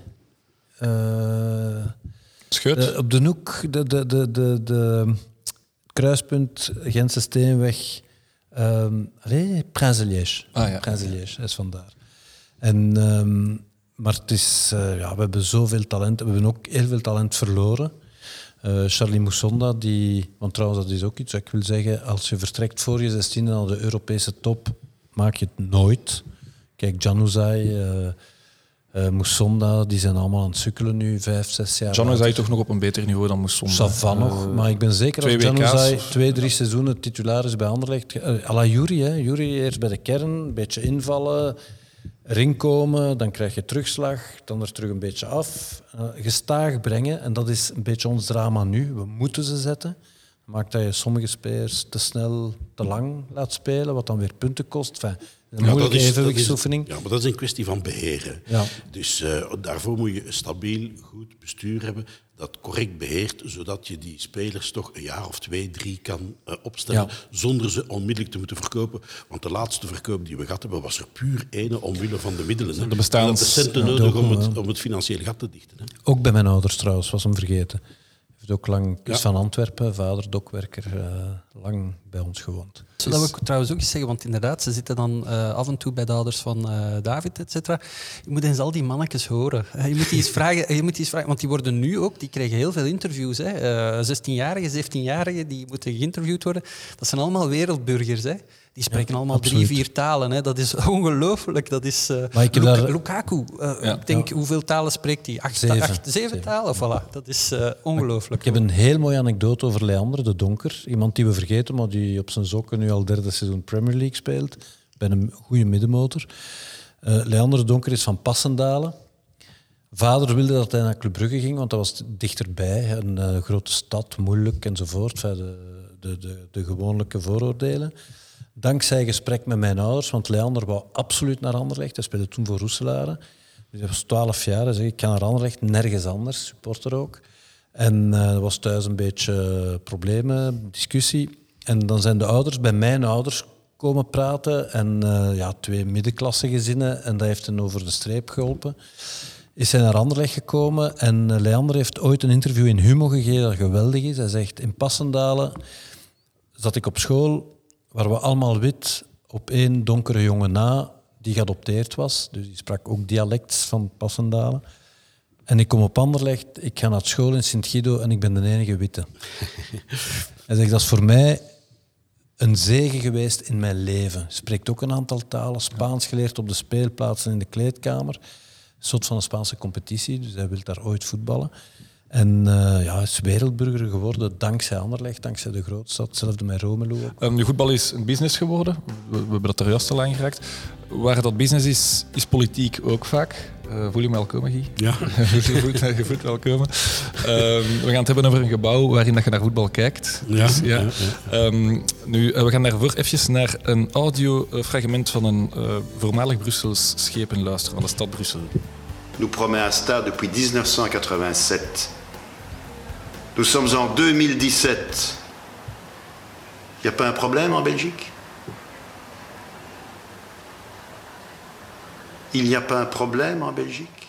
Uh, Scheut? Uh, op de hoek, de, de, de, de, de kruispunt Gentse Steenweg. Um, allee, Prince-Liège. Ah, ja. Prince-Liège, dat is vandaar. En, um, maar het is, uh, ja, we hebben zoveel talent. We hebben ook heel veel talent verloren. Uh, Charlie Moussonda, die, want trouwens dat is ook iets wat ik wil zeggen, als je vertrekt voor je zestiende naar de Europese top, maak je het nooit. Kijk, Januzaj, uh, uh, Moussonda, die zijn allemaal aan het sukkelen nu, vijf, zes jaar. Januzaj toch nog op een beter niveau dan Moussonda. Savan nog, uh, maar ik ben zeker dat Januzaj twee, drie seizoenen titularis bij Anderlecht. Uh, à la Yuri, hè. Yuri eerst bij de kern, een beetje invallen. erin komen, dan krijg je terugslag, dan er terug een beetje af. Uh, gestaag brengen, en dat is een beetje ons drama nu. We moeten ze zetten. Dat maakt dat je sommige spelers te snel, te lang laat spelen, wat dan weer punten kost. Enfin, een ja, moeilijke dat is, evenwichtsoefening. Ja, maar dat is een kwestie van beheren. Ja. Dus uh, daarvoor moet je een stabiel, goed bestuur hebben dat correct beheert, zodat je die spelers toch een jaar of twee, drie kan uh, opstellen, ja. zonder ze onmiddellijk te moeten verkopen. Want de laatste verkoop die we gehad hebben, was er puur ene omwille van de middelen. Hè. De bestaans... de centen ja, nodig ook, om het, om het financiële gat te dichten. Hè. Ook bij mijn ouders trouwens, was hem vergeten. Heeft ook lang, is Ja. van Antwerpen, vader dokwerker, uh, lang bij ons gewoond. Dat wil ik trouwens ook eens zeggen, want inderdaad, ze zitten dan uh, af en toe bij de ouders van uh, David, et cetera. Je moet eens al die mannetjes horen. Je moet die eens vragen, je moet die eens vragen, want die worden nu ook, die krijgen heel veel interviews. Hè. Uh, zestienjarigen, zeventienjarigen, die moeten geïnterviewd worden. Dat zijn allemaal wereldburgers. Hè. Die spreken ja, allemaal absoluut. drie, vier talen. Hè. Dat is ongelooflijk. Dat is uh, Maar ik heb Luk- daar... Lukaku. Uh, Ja. Ik denk, Ja. hoeveel talen spreekt hij? Acht, Zeven. acht, zeven, Zeven. talen? Voilà. Dat is uh, ongelooflijk. Ik heb een heel mooie anekdote over Leander de Donker. Iemand die we vergeten, maar die op zijn sokken nu al derde seizoen Premier League speelt. Bij een goede middenmotor. Uh, Leander de Donker is van Passendalen. Vader wilde dat hij naar Club Brugge ging, want dat was dichterbij. Een uh, grote stad, moeilijk enzovoort. Enfin, de, de, de, de gewone vooroordelen. Dankzij gesprek met mijn ouders, want Leander wou absoluut naar Anderlecht. Hij speelde toen voor Roeselare. Dus hij was twaalf jaar. Hij zei, ik ga naar Anderlecht, nergens anders. Supporter ook. En uh, er was thuis een beetje problemen, discussie. En dan zijn de ouders bij mijn ouders komen praten. En uh, ja, twee middenklasse gezinnen. En dat heeft hen over de streep geholpen. Is hij naar Anderlecht gekomen. En uh, Leander heeft ooit een interview in Humo gegeven dat geweldig is. Hij zegt, in Passendalen zat ik op school, waar we allemaal wit op één donkere jongen na, die geadopteerd was. Dus die sprak ook dialect van Passendalen. En ik kom op Anderlecht, ik ga naar school in Sint-Guido en ik ben de enige witte. Hij zegt, dat is voor mij een zegen geweest in mijn leven. Spreekt ook een aantal talen, Spaans geleerd op de speelplaatsen in de kleedkamer. Een soort van een Spaanse competitie, dus hij wil daar ooit voetballen. En uh, ja, hij is wereldburger geworden dankzij Anderlecht, dankzij de grootstad. Hetzelfde met Romelu ook. Um, nu, voetbal is een business geworden. We, we hebben dat er juist al aangeraakt. Waar dat business is, is politiek ook vaak. Uh, voel je me wel komen, Guy? Ja. je, voelt, je voelt wel komen. Um, we gaan het hebben over een gebouw waarin dat je naar voetbal kijkt. Ja, Dus, ja. ja, ja. Um, nu, uh, we gaan daarvoor even naar een audiofragment van een uh, voormalig Brussels schepenluister van de stad Brussel. Nous promet un stade depuis dix-neuf cent quatre-vingt-sept. Nous sommes en deux mille dix-sept. Il n'y a pas un problème en Belgique? Il n'y a pas un problème en Belgique?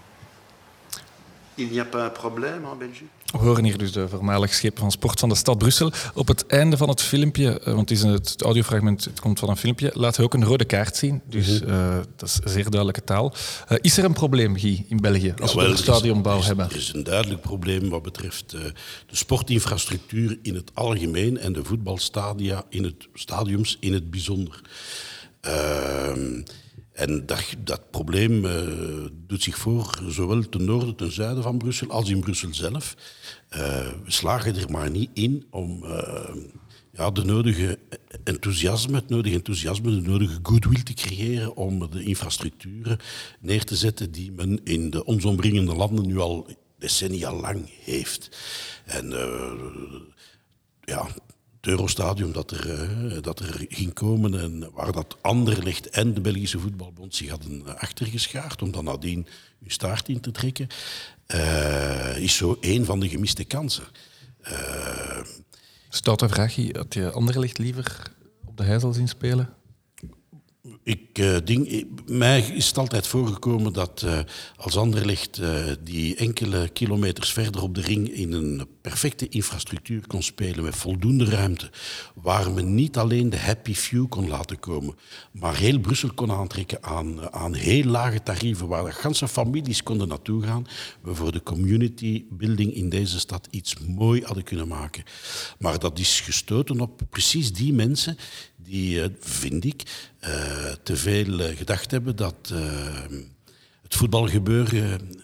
Il n'y a pas un problème en Belgique? We horen hier dus de voormalig schepen van sport van de stad Brussel. Op het einde van het filmpje, want het, is een, het audiofragment het komt van een filmpje, laten we ook een rode kaart zien. Dus uh, dat is zeer duidelijke taal. Uh, is er een probleem, Guy, in België, als we Jawel, het stadionbouw er is, hebben? Er is een duidelijk probleem wat betreft uh, de sportinfrastructuur in het algemeen en de voetbalstadia in het stadiums in het bijzonder. Uh, En dat, dat probleem uh, doet zich voor zowel ten noorden, ten zuiden van Brussel als in Brussel zelf. Uh, we slagen er maar niet in om uh, ja, de nodige enthousiasme, het nodige enthousiasme, de nodige goodwill te creëren om de infrastructuren neer te zetten die men in de ons omringende landen nu al decennia lang heeft. En uh, ja... Het Eurostadium dat er, uh, dat er ging komen en waar dat Anderlecht en de Belgische Voetbalbond zich hadden achtergeschaard om dan nadien hun staart in te trekken, uh, is zo één van de gemiste kansen. Uh, Stoute vraag, Guy. Had je Anderlecht liever op de Heijzel zien spelen? Ik uh, denk, ik, mij is het altijd voorgekomen dat uh, als Anderlecht uh, die enkele kilometers verder op de ring in een perfecte infrastructuur kon spelen met voldoende ruimte, waar men niet alleen de happy few kon laten komen, maar heel Brussel kon aantrekken aan, aan heel lage tarieven, waar de ganse families konden naartoe gaan, we voor de community building in deze stad iets mooi hadden kunnen maken. Maar dat is gestoten op precies die mensen die, uh, vind ik, uh, te veel uh, gedacht hebben dat uh, het voetbalgebeuren uh,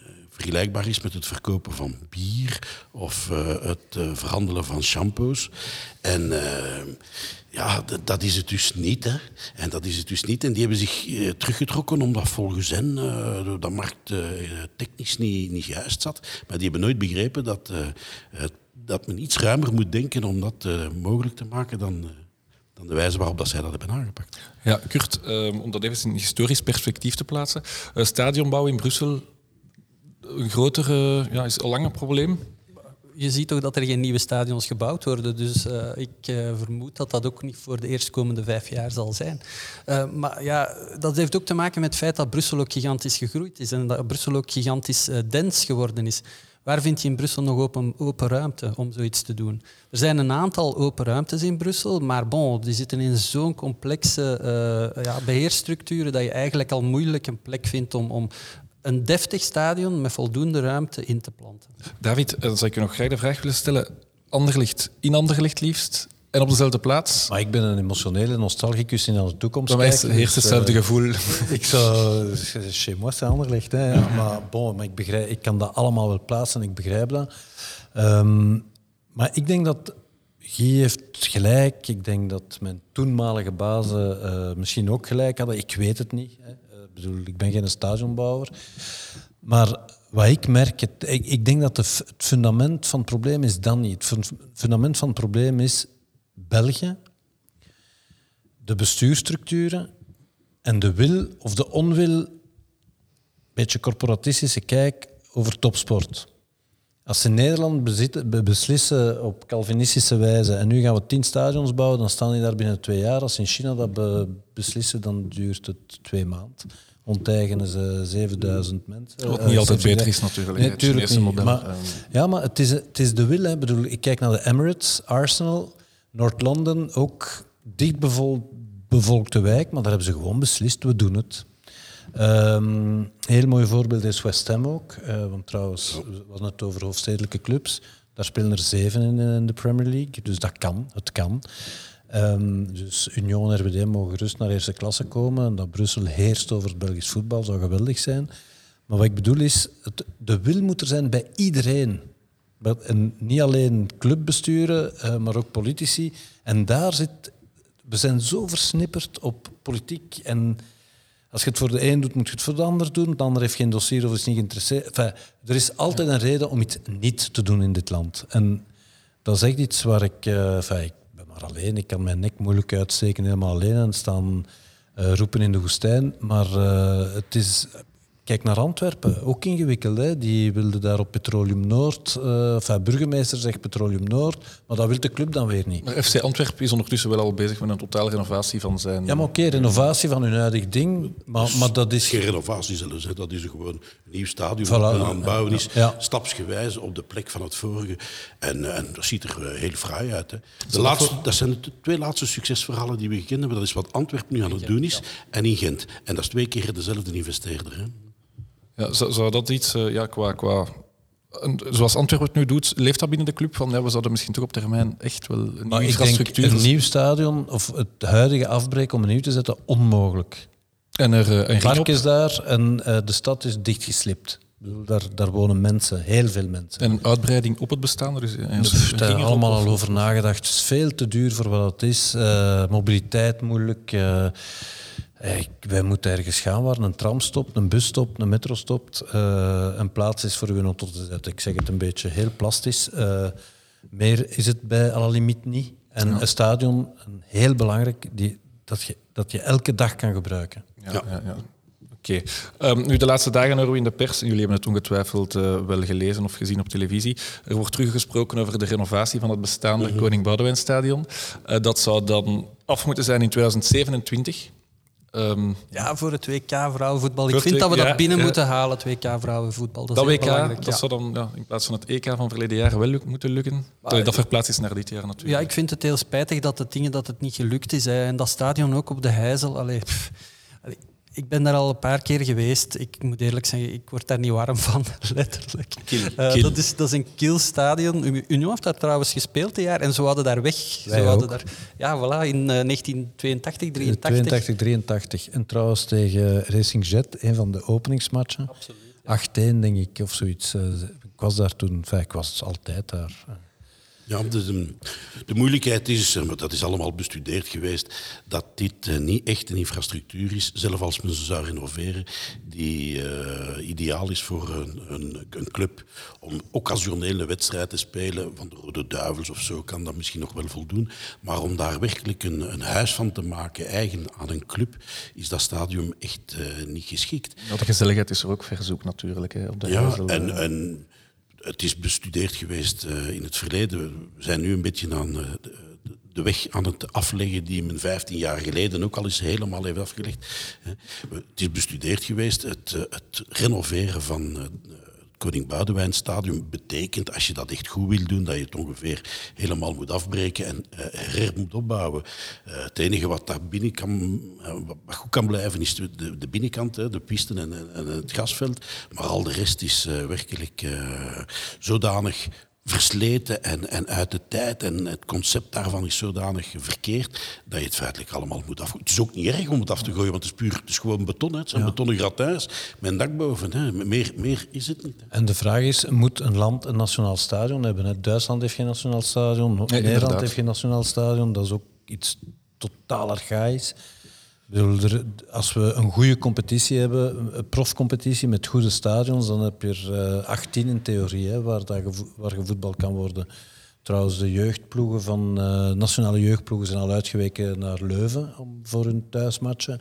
vergelijkbaar is met het verkopen van bier of uh, het uh, verhandelen van shampoos. En uh, ja, d- dat is het dus niet. Hè. En dat is het dus niet. En die hebben zich uh, teruggetrokken omdat volgens hen uh, de markt uh, technisch niet, niet juist zat. Maar die hebben nooit begrepen dat, uh, uh, dat men iets ruimer moet denken om dat uh, mogelijk te maken dan... Uh, dan de wijze waarop dat zij dat hebben aangepakt. Ja, Kurt, um, om dat even in historisch perspectief te plaatsen. Uh, stadionbouw in Brussel, een groter, uh, ja, is al lang een probleem. Je ziet toch dat er geen nieuwe stadions gebouwd worden. Dus uh, ik uh, vermoed dat dat ook niet voor de eerstkomende vijf jaar zal zijn. Uh, maar ja, dat heeft ook te maken met het feit dat Brussel ook gigantisch gegroeid is en dat Brussel ook gigantisch uh, dens geworden is. Waar vind je in Brussel nog open, open ruimte om zoiets te doen? Er zijn een aantal open ruimtes in Brussel, maar bon, die zitten in zo'n complexe uh, ja, beheersstructuren dat je eigenlijk al moeilijk een plek vindt om, om een deftig stadion met voldoende ruimte in te planten. David, dan zou ik je nog graag de vraag willen stellen. Anderlecht, in Anderlecht liefst en op dezelfde plaats? Maar ik ben een emotionele nostalgicus in aan de toekomst. Bij mij is het eerst hetzelfde uh, gevoel. Ik zou... Chez moi, c'est Anderlecht. Hè. Ja, maar bon, maar ik, begrijp, ik kan dat allemaal wel plaatsen en ik begrijp dat. Um, maar ik denk dat... Guy heeft gelijk. Ik denk dat mijn toenmalige bazen uh, misschien ook gelijk hadden. Ik weet het niet. Hè. Uh, ik bedoel, ik ben geen stadionbouwer. Maar wat ik merk... Het, ik, ik denk dat de, het fundament van het probleem is dan niet. Het fundament van het probleem is... België, de bestuursstructuren en de wil of de onwil, een beetje corporatistische kijk over topsport. Als ze in Nederland bezitten, beslissen op Calvinistische wijze en nu gaan we tien stadions bouwen, dan staan die daar binnen twee jaar. Als ze in China dat be, beslissen, dan duurt het twee maanden. Onteigenen ze zevenduizend mensen. Wat niet uh, altijd beter is natuurlijk. Nee, het Chinese model. Maar, um. Ja, maar het is, het is de wil. Hè. Ik bedoel, ik kijk naar de Emirates, Arsenal... Noord-Londen, ook dicht bevol, bevolkte wijk, maar daar hebben ze gewoon beslist, we doen het. Um, een heel mooi voorbeeld is West Ham ook, uh, want trouwens, we hadden het over hoofdstedelijke clubs. Daar spelen er zeven in, in de Premier League, dus dat kan, het kan. Um, dus Union en R W D mogen gerust naar eerste klasse komen. En dat Brussel heerst over het Belgisch voetbal zou geweldig zijn. Maar wat ik bedoel is, het, de wil moet er zijn bij iedereen. En niet alleen clubbesturen, uh, maar ook politici. En daar zit... We zijn zo versnipperd op politiek. En als je het voor de een doet, moet je het voor de ander doen. De ander heeft geen dossier of is niet geïnteresseerd. Enfin, er is altijd een reden om iets niet te doen in dit land. En dat is echt iets waar ik... Uh, enfin, ik ben maar alleen. Ik kan mijn nek moeilijk uitsteken helemaal alleen en staan uh, roepen in de woestijn. Maar uh, het is... Kijk naar Antwerpen, ook ingewikkeld. Hè? Die wilden daar op Petroleum Noord... Uh, enfin, burgemeester zegt Petroleum Noord, maar dat wil de club dan weer niet. Maar F C Antwerpen is ondertussen wel al bezig met een totale renovatie van zijn... Ja, maar oké, okay, renovatie van hun huidig ding, maar, dus maar dat is... Geen renovatie zelfs, hè. Dat is gewoon een nieuw stadion Voilà, dat aan het bouwen is, ja. stapsgewijs op de plek van het vorige. En, en dat ziet er heel fraai uit. Hè. De laatste, dat zijn de twee laatste succesverhalen die we gekend hebben. Dat is wat Antwerpen nu aan het doen is, en in Gent. En dat is twee keer dezelfde investeerder. Hè. Ja, zou, zou dat iets, uh, ja, qua, qua zoals Antwerpen het nu doet, leeft dat binnen de club? Van, ja, we zouden misschien toch op termijn echt wel een nieuwe infrastructuur... Een nieuw stadion of het huidige afbreken om een nieuw te zetten, onmogelijk. En er, uh, het park is daar en uh, de stad is dichtgeslipt. Daar, daar wonen mensen, heel veel mensen. En een uitbreiding op het bestaande? Dus, uh, er daar is allemaal al over nagedacht. Het is veel te duur voor wat het is. Uh, mobiliteit moeilijk... Uh, Wij moeten ergens gaan waar een tram stopt, een bus stopt, een metro stopt, uh, een plaats is voor uw auto te zetten. Ik zeg het een beetje heel plastisch. Uh, meer is het bij à la limiet niet. En ja. Een stadion, een heel belangrijk, die, dat, je, dat je elke dag kan gebruiken. Ja, ja. Ja, ja. Oké. Okay. Um, nu, de laatste dagen horen we in de pers, en jullie hebben het ongetwijfeld uh, wel gelezen of gezien op televisie, er wordt teruggesproken over de renovatie van het bestaande mm-hmm. Koning Boudewijnstadion. Uh, dat zou dan af moeten zijn in tweeduizend zevenentwintig. Um, ja, voor het W K vrouwenvoetbal. Ik vind dat we dat ja, binnen ja. moeten halen, het W K vrouwenvoetbal. Dat, dat is W K, dat ja. zou dan ja, in plaats van het E K van verleden jaar wel luk- moeten lukken. Maar, dat verplaatst is naar dit jaar natuurlijk. Ja, ik vind het heel spijtig dat het, dingen, dat het niet gelukt is. Hè. En dat stadion ook op de Heizel. Allee, pff, allee, ik ben daar al een paar keer geweest. Ik moet eerlijk zeggen, ik word daar niet warm van, letterlijk. Kill, uh, kill. Dat, is, dat is een kill stadion. Union heeft daar trouwens gespeeld dit jaar en ze hadden daar weg. Ze hadden daar, ja, voilà, in uh, negentien tweeëntachtig, drieëntachtig. tweeëntachtig, drieëntachtig. En trouwens tegen Racing Jet, een van de openingsmatchen. Absoluut. acht-één, denk ik, of zoiets. Uh, ik was daar toen, enfin, ik was altijd daar. Ja, de, de moeilijkheid is, maar dat is allemaal bestudeerd geweest, dat dit uh, niet echt een infrastructuur is, zelfs als men ze zou renoveren, die uh, ideaal is voor een, een, een club om occasionele wedstrijd te spelen. Van de Rode Duivels of zo kan dat misschien nog wel voldoen. Maar om daar werkelijk een, een huis van te maken, eigen aan een club, is dat stadion echt uh, niet geschikt. Ja, de gezelligheid is er ook verzoek natuurlijk. Hè, op de ja, huizel, en... uh... en het is bestudeerd geweest uh, in het verleden. We zijn nu een beetje aan uh, de, de weg aan het afleggen die men vijftien jaar geleden ook al eens helemaal heeft afgelegd. Het is bestudeerd geweest. Het, uh, het renoveren van uh, het Koning Boudewijnstadion betekent, als je dat echt goed wil doen, dat je het ongeveer helemaal moet afbreken en uh, her moet opbouwen. Uh, het enige wat daar binnen kan, uh, wat goed kan blijven, is de, de binnenkant, hè, de pisten en, en het gasveld. Maar al de rest is uh, werkelijk uh, zodanig versleten en, en uit de tijd. En het concept daarvan is zodanig verkeerd dat je het feitelijk allemaal moet afgooien. Het is ook niet erg om het af te gooien, want het is puur, het is gewoon beton. Hè. Het zijn ja. betonnen gratins met een dak boven. Hè. Meer, meer is het niet. Hè. En de vraag is, moet een land een nationaal stadion hebben? Hè? Duitsland heeft geen nationaal stadion, nee, Nederland inderdaad. heeft geen nationaal stadion. Dat is ook iets totaal archaïs. Als we een goede competitie hebben, een profcompetitie met goede stadions, dan heb je er uh, achttien in theorie, hè, waar, dat ge, waar gevoetbald kan worden. Trouwens, de jeugdploegen van uh, nationale jeugdploegen zijn al uitgeweken naar Leuven om, voor hun thuismatchen.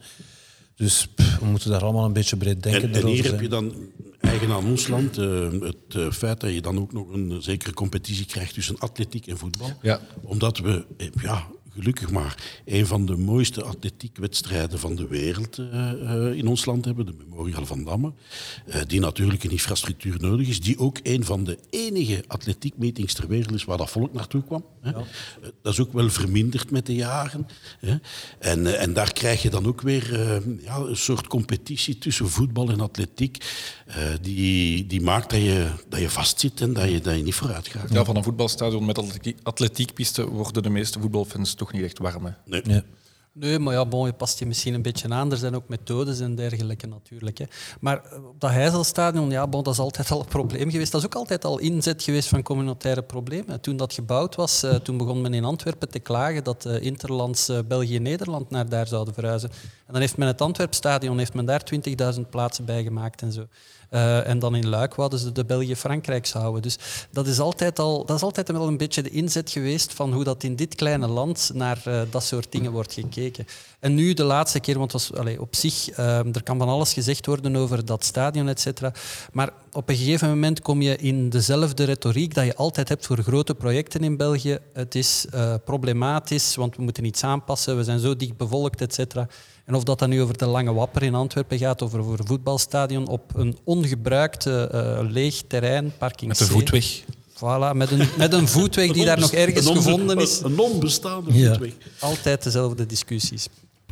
Dus pff, we moeten daar allemaal een beetje breed denken. En, en hier heb je dan eigen aan ons land uh, het uh, feit dat je dan ook nog een zekere competitie krijgt tussen atletiek en voetbal. Ja. Omdat we... ja, gelukkig maar een van de mooiste atletiekwedstrijden van de wereld uh, uh, in ons land hebben, de Memorial van Damme, uh, die natuurlijk een infrastructuur nodig is, die ook een van de enige atletiekmeetings ter wereld is waar dat volk naartoe kwam. Hè. Ja. Uh, dat is ook wel verminderd met de jaren. Hè. En, uh, en daar krijg je dan ook weer uh, ja, een soort competitie tussen voetbal en atletiek, uh, die, die maakt dat je, dat je vastzit en dat je, dat je niet vooruit gaat. Ja, van een voetbalstadion met atletiekpisten worden de meeste voetbalfans toch niet echt warm. Hè? Nee. Nee. Nee, maar ja, bon, je past je misschien een beetje aan. Er zijn ook methodes en dergelijke natuurlijk. Hè. Maar op dat Heizelstadion, ja, bon, dat is altijd al een probleem geweest. Dat is ook altijd al inzet geweest van communautaire problemen. Toen dat gebouwd was, uh, toen begon men in Antwerpen te klagen dat uh, interlands uh, België-Nederland naar daar zouden verhuizen. En dan heeft men het Antwerpstadion, heeft men daar twintigduizend plaatsen bij gemaakt en zo. Uh, en dan in Luik wouden ze de België-Frankrijks houden. Dus dat is, altijd al, dat is altijd wel een beetje de inzet geweest van hoe dat in dit kleine land naar uh, dat soort dingen wordt gekeken. En nu de laatste keer, want het was, allez, op zich, uh, er kan van alles gezegd worden over dat stadion, et cetera. Maar op een gegeven moment kom je in dezelfde retoriek dat je altijd hebt voor grote projecten in België. Het is uh, problematisch, want we moeten iets aanpassen, we zijn zo dicht bevolkt, et cetera. En of dat dan nu over de Lange Wapper in Antwerpen gaat, of over een voetbalstadion op een ongebruikt uh, leeg terrein, parking Met een voetweg. Voilà, met een, met een voetweg die een daar nog ergens een gevonden is. Een onbestaande ja. voetweg. Altijd dezelfde discussies.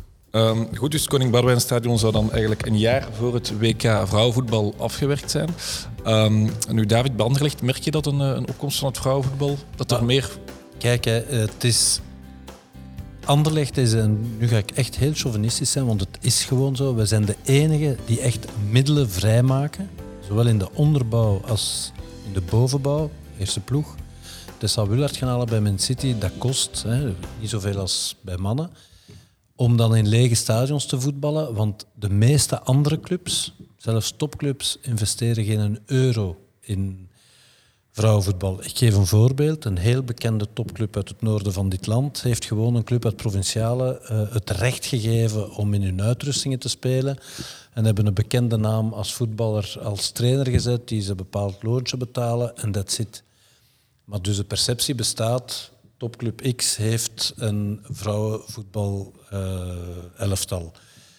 Um, goed, dus het Koning Boudewijnstadion zou dan eigenlijk een jaar voor het W K vrouwenvoetbal afgewerkt zijn. Um, nu, David, bij Anderlecht, merk je dat een, een opkomst van het vrouwenvoetbal? Dat er ja. meer... Kijk, hè, het is... Anderlecht is, en nu ga ik echt heel chauvinistisch zijn, want het is gewoon zo. We zijn de enigen die echt middelen vrijmaken, zowel in de onderbouw als in de bovenbouw, eerste ploeg. Tessa Willard gaan halen bij Man City, dat kost hè, niet zoveel als bij mannen. Om dan in lege stadions te voetballen, want de meeste andere clubs, zelfs topclubs, investeren geen euro in vrouwenvoetbal. Ik geef een voorbeeld. Een heel bekende topclub uit het noorden van dit land heeft gewoon een club uit Provinciale uh, het recht gegeven om in hun uitrustingen te spelen en hebben een bekende naam als voetballer als trainer gezet die ze een bepaald loontje betalen en that's it. Maar dus de perceptie bestaat, topclub X heeft een vrouwenvoetbal uh, elftal.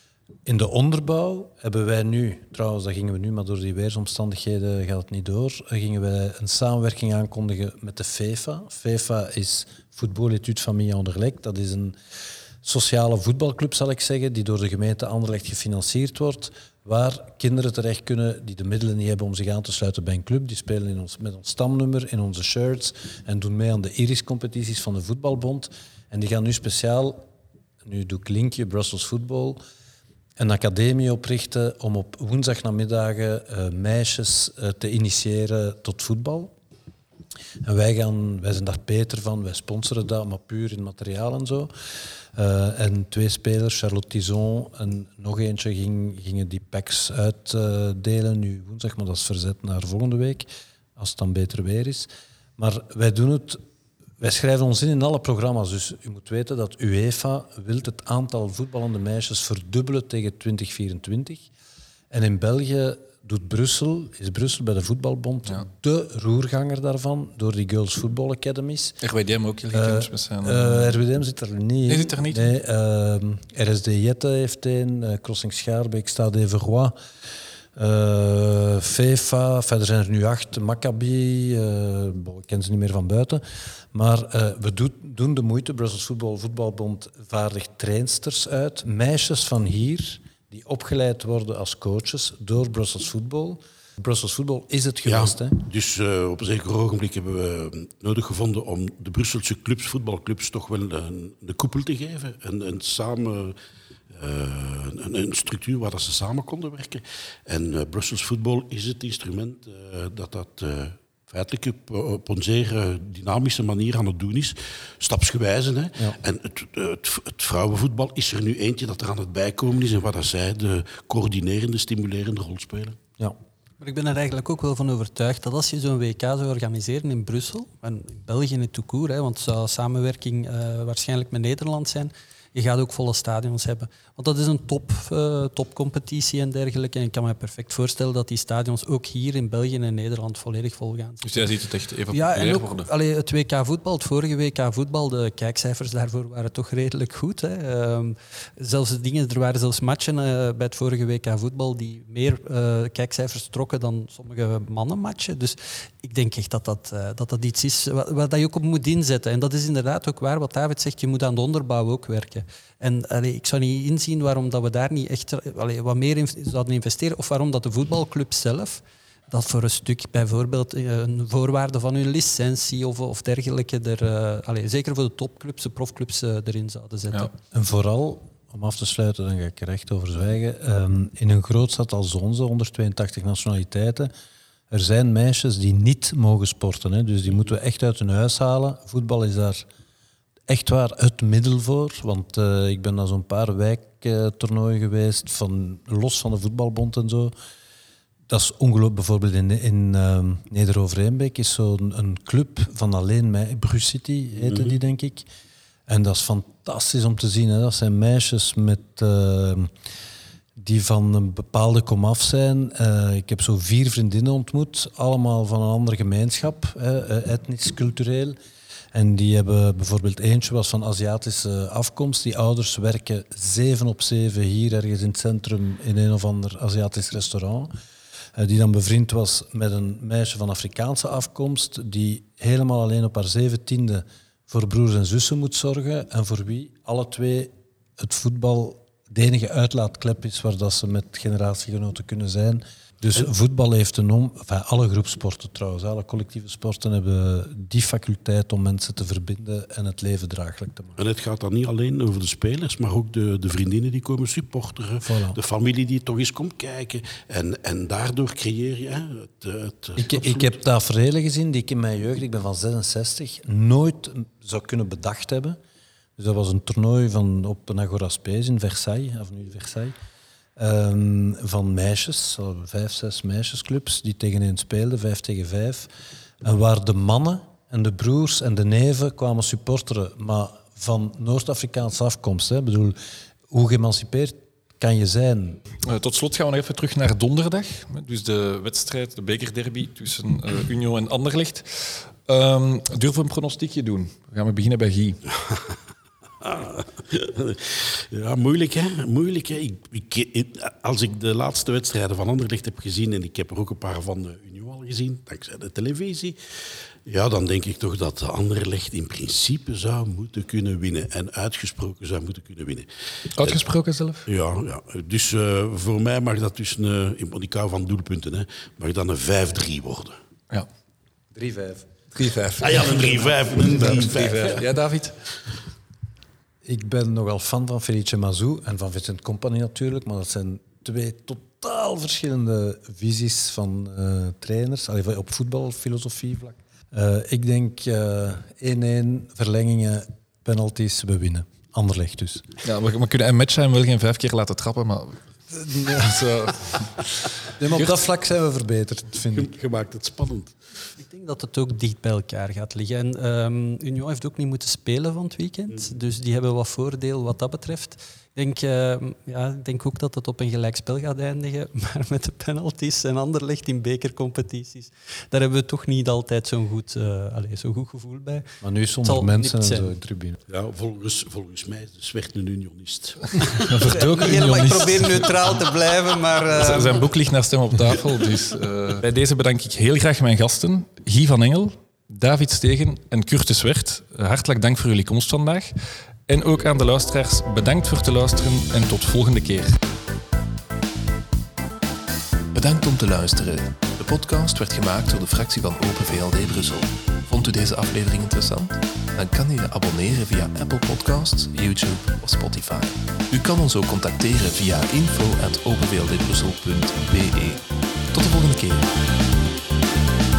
In de onderbouw hebben wij nu, trouwens dat gingen we nu, maar door die weersomstandigheden gaat het niet door, gingen wij een samenwerking aankondigen met de FIFA. FIFA is Football Études Famille Anderlecht. Dat is een sociale voetbalclub, zal ik zeggen, die door de gemeente Anderlecht gefinancierd wordt, waar kinderen terecht kunnen die de middelen niet hebben om zich aan te sluiten bij een club. Die spelen in ons, met ons stamnummer, in onze shirts en doen mee aan de Iris-competities van de voetbalbond. En die gaan nu speciaal, nu doe ik linkje, Brussels Football, een academie oprichten om op woensdagnamiddagen uh, meisjes uh, te initiëren tot voetbal. En wij, gaan, wij zijn daar beter van, wij sponsoren dat, maar puur in materiaal en zo. Uh, en twee spelers, Charlotte Tison en nog eentje, ging, gingen die packs uitdelen. Uh, nu woensdag, maar dat is verzet naar volgende week, als het dan beter weer is. Maar wij doen het... Wij schrijven ons in in alle programma's, dus u moet weten dat UEFA wil het aantal voetballende meisjes verdubbelen tegen twintig vierentwintig. En in België doet Brussel, is Brussel bij de voetbalbond ja. de roerganger daarvan, door die Girls Football Academies. R W D M ook heel gekend met zijn... Uh, R W D M zit er niet in. Nee, zit er niet nee, uh, R S D Jette heeft een, uh, Crossing Schaarbeek, Stade Verroy. Uh, FIFA, verder zijn er nu acht, Maccabi, uh, ik ken ze niet meer van buiten. Maar uh, we do- doen de moeite, Brussels Voetbal Voetbalbond vaardigt trainsters uit, meisjes van hier, die opgeleid worden als coaches door Brussels Voetbal. Brussels Voetbal is het geweest. Ja, hè? Dus uh, op een zeker ogenblik hebben we nodig gevonden om de Brusselse clubs, voetbalclubs, toch wel een, een koepel te geven. En, en samen... Uh, een, een structuur waar dat ze samen konden werken. En uh, Brussels Voetbal is het instrument uh, dat dat uh, feitelijk op, op een zeer uh, dynamische manier aan het doen is. Stapsgewijze. Hè. Ja. En het, het, het vrouwenvoetbal is er nu eentje dat er aan het bijkomen is en waar dat zij de coördinerende, stimulerende rol spelen. Ja. Maar ik ben er eigenlijk ook wel van overtuigd dat als je zo'n W K zou organiseren in Brussel, en in België in het tout court, hè, want het zou samenwerking uh, waarschijnlijk met Nederland zijn, je gaat ook volle stadions hebben. Want dat is een top, uh, topcompetitie en dergelijke. En ik kan me perfect voorstellen dat die stadions ook hier in België en Nederland volledig vol gaan. Dus jij ziet het echt even ja, populair en ook, worden? Allee, het W K voetbal, het vorige W K voetbal, de kijkcijfers daarvoor waren toch redelijk goed. Hè. Um, zelfs dingen, er waren zelfs matchen uh, bij het vorige W K voetbal die meer uh, kijkcijfers trokken dan sommige mannenmatchen. Dus ik denk echt dat dat, uh, dat, dat iets is wat, wat je ook op moet inzetten. En dat is inderdaad ook waar wat David zegt, je moet aan de onderbouw ook werken. En allee, ik zou niet inzien waarom dat we daar niet echt allee, wat meer in zouden investeren, of waarom dat de voetbalclub zelf dat voor een stuk bijvoorbeeld een voorwaarde van hun licentie of, of dergelijke, er, uh, allee, zeker voor de topclubs, de profclubs uh, erin zouden zetten. Ja. En vooral, om af te sluiten, dan ga ik er echt over zwijgen, um, in een grootstad als onze, honderdtweeëntachtig nationaliteiten, er zijn meisjes die niet mogen sporten. Hè, dus die moeten we echt uit hun huis halen. Voetbal is daar echt waar het middel voor. Want uh, ik ben naar zo'n paar wijktoernooien geweest, van, los van de voetbalbond en zo. Dat is ongelooflijk. Bijvoorbeeld in, in uh, Neder-Overeenbeek is zo'n een club van alleen mij, Bruce City heette mm-hmm. die, denk ik. En dat is fantastisch om te zien. Hè. Dat zijn meisjes met, uh, die van een bepaalde komaf zijn. Uh, ik heb zo vier vriendinnen ontmoet, allemaal van een andere gemeenschap, hè, etnisch, cultureel. En die hebben bijvoorbeeld eentje was van Aziatische afkomst. Die ouders werken zeven op zeven hier ergens in het centrum in een of ander Aziatisch restaurant. Uh, die dan bevriend was met een meisje van Afrikaanse afkomst die helemaal alleen op haar zeventiende voor broers en zussen moet zorgen en voor wie alle twee het voetbal de enige uitlaatklep is waar dat ze met generatiegenoten kunnen zijn. Dus voetbal heeft een om... Enfin, alle groepsporten trouwens, alle collectieve sporten hebben die faculteit om mensen te verbinden en het leven draaglijk te maken. En het gaat dan niet alleen over de spelers, maar ook de, de vriendinnen die komen supporteren, voilà. De familie die toch eens komt kijken. En, en daardoor creëer je... Hè, het, het, ik, ik heb taferelen gezien die ik in mijn jeugd, ik ben van zesenzestig, nooit zou kunnen bedacht hebben. Dus dat was een toernooi van, op een Agora Space in Versailles, Avenue Versailles. Um, van meisjes, vijf, zes meisjesclubs die tegenin speelden, vijf tegen vijf. En waar de mannen en de broers en de neven kwamen supporteren, maar van Noord-Afrikaanse afkomst. Hè. Ik bedoel, hoe geëmancipeerd kan je zijn? Uh, tot slot gaan we nog even terug naar donderdag. Dus de wedstrijd, de bekerderby tussen uh, Union en Anderlecht. Um, durf een pronostiekje doen. We gaan we beginnen bij Guy. Ja, moeilijk hè. Moeilijk, hè. Ik, ik, als ik de laatste wedstrijden van Anderlecht heb gezien, en ik heb er ook een paar van de Union al gezien, dankzij de televisie, ja, dan denk ik toch dat Anderlecht in principe zou moeten kunnen winnen. En uitgesproken zou moeten kunnen winnen. Uitgesproken zelf? Ja, ja. Dus uh, voor mij mag dat dus een, ik hou van doelpunten, hè, mag dat een vijf drie worden. Ja. drie vijf. drie vijf. Ah ja, een drie vijf. Een drie vijf. Ja, David? Ik ben nogal fan van Felice Mazou en van Vincent Kompany natuurlijk, maar dat zijn twee totaal verschillende visies van uh, trainers, allee, op voetbalfilosofievlak. Uh, ik denk uh, één-één, verlengingen, penalties, we winnen. Anderlecht dus. Ja, we, we kunnen een match zijn wel geen vijf keer laten trappen, maar... Nee. Zo. Nee, maar op dat vlak zijn we verbeterd, vind ik. Je maakt het spannend. Ik denk dat het ook dicht bij elkaar gaat liggen. En um, Union heeft ook niet moeten spelen van het weekend. Mm. Dus die hebben wat voordeel wat dat betreft. Ik denk, uh, ja, ik denk ook dat het op een gelijkspel gaat eindigen. Maar met de penalties en Anderlecht in bekercompetities, daar hebben we toch niet altijd zo'n goed, uh, allez, zo'n goed gevoel bij. Maar nu zonder mensen en zo in de tribune. Ja, volgens, volgens mij is Weert een unionist. Verdoken unionist. Ik probeer neutraal te blijven, maar... Uh... Zijn boek ligt naast hem op tafel. Dus, uh... Bij deze bedank ik heel graag mijn gasten. Guy van Engel, David Stegen en Curtis Wert. Hartelijk dank voor jullie komst vandaag. En ook aan de luisteraars, bedankt voor het luisteren en tot volgende keer. Bedankt om te luisteren. De podcast werd gemaakt door de fractie van Open V L D Brussel. Vond u deze aflevering interessant? Dan kan u je abonneren via Apple Podcasts, YouTube of Spotify. U kan ons ook contacteren via info at open v l d brussel punt b e. Tot de volgende keer.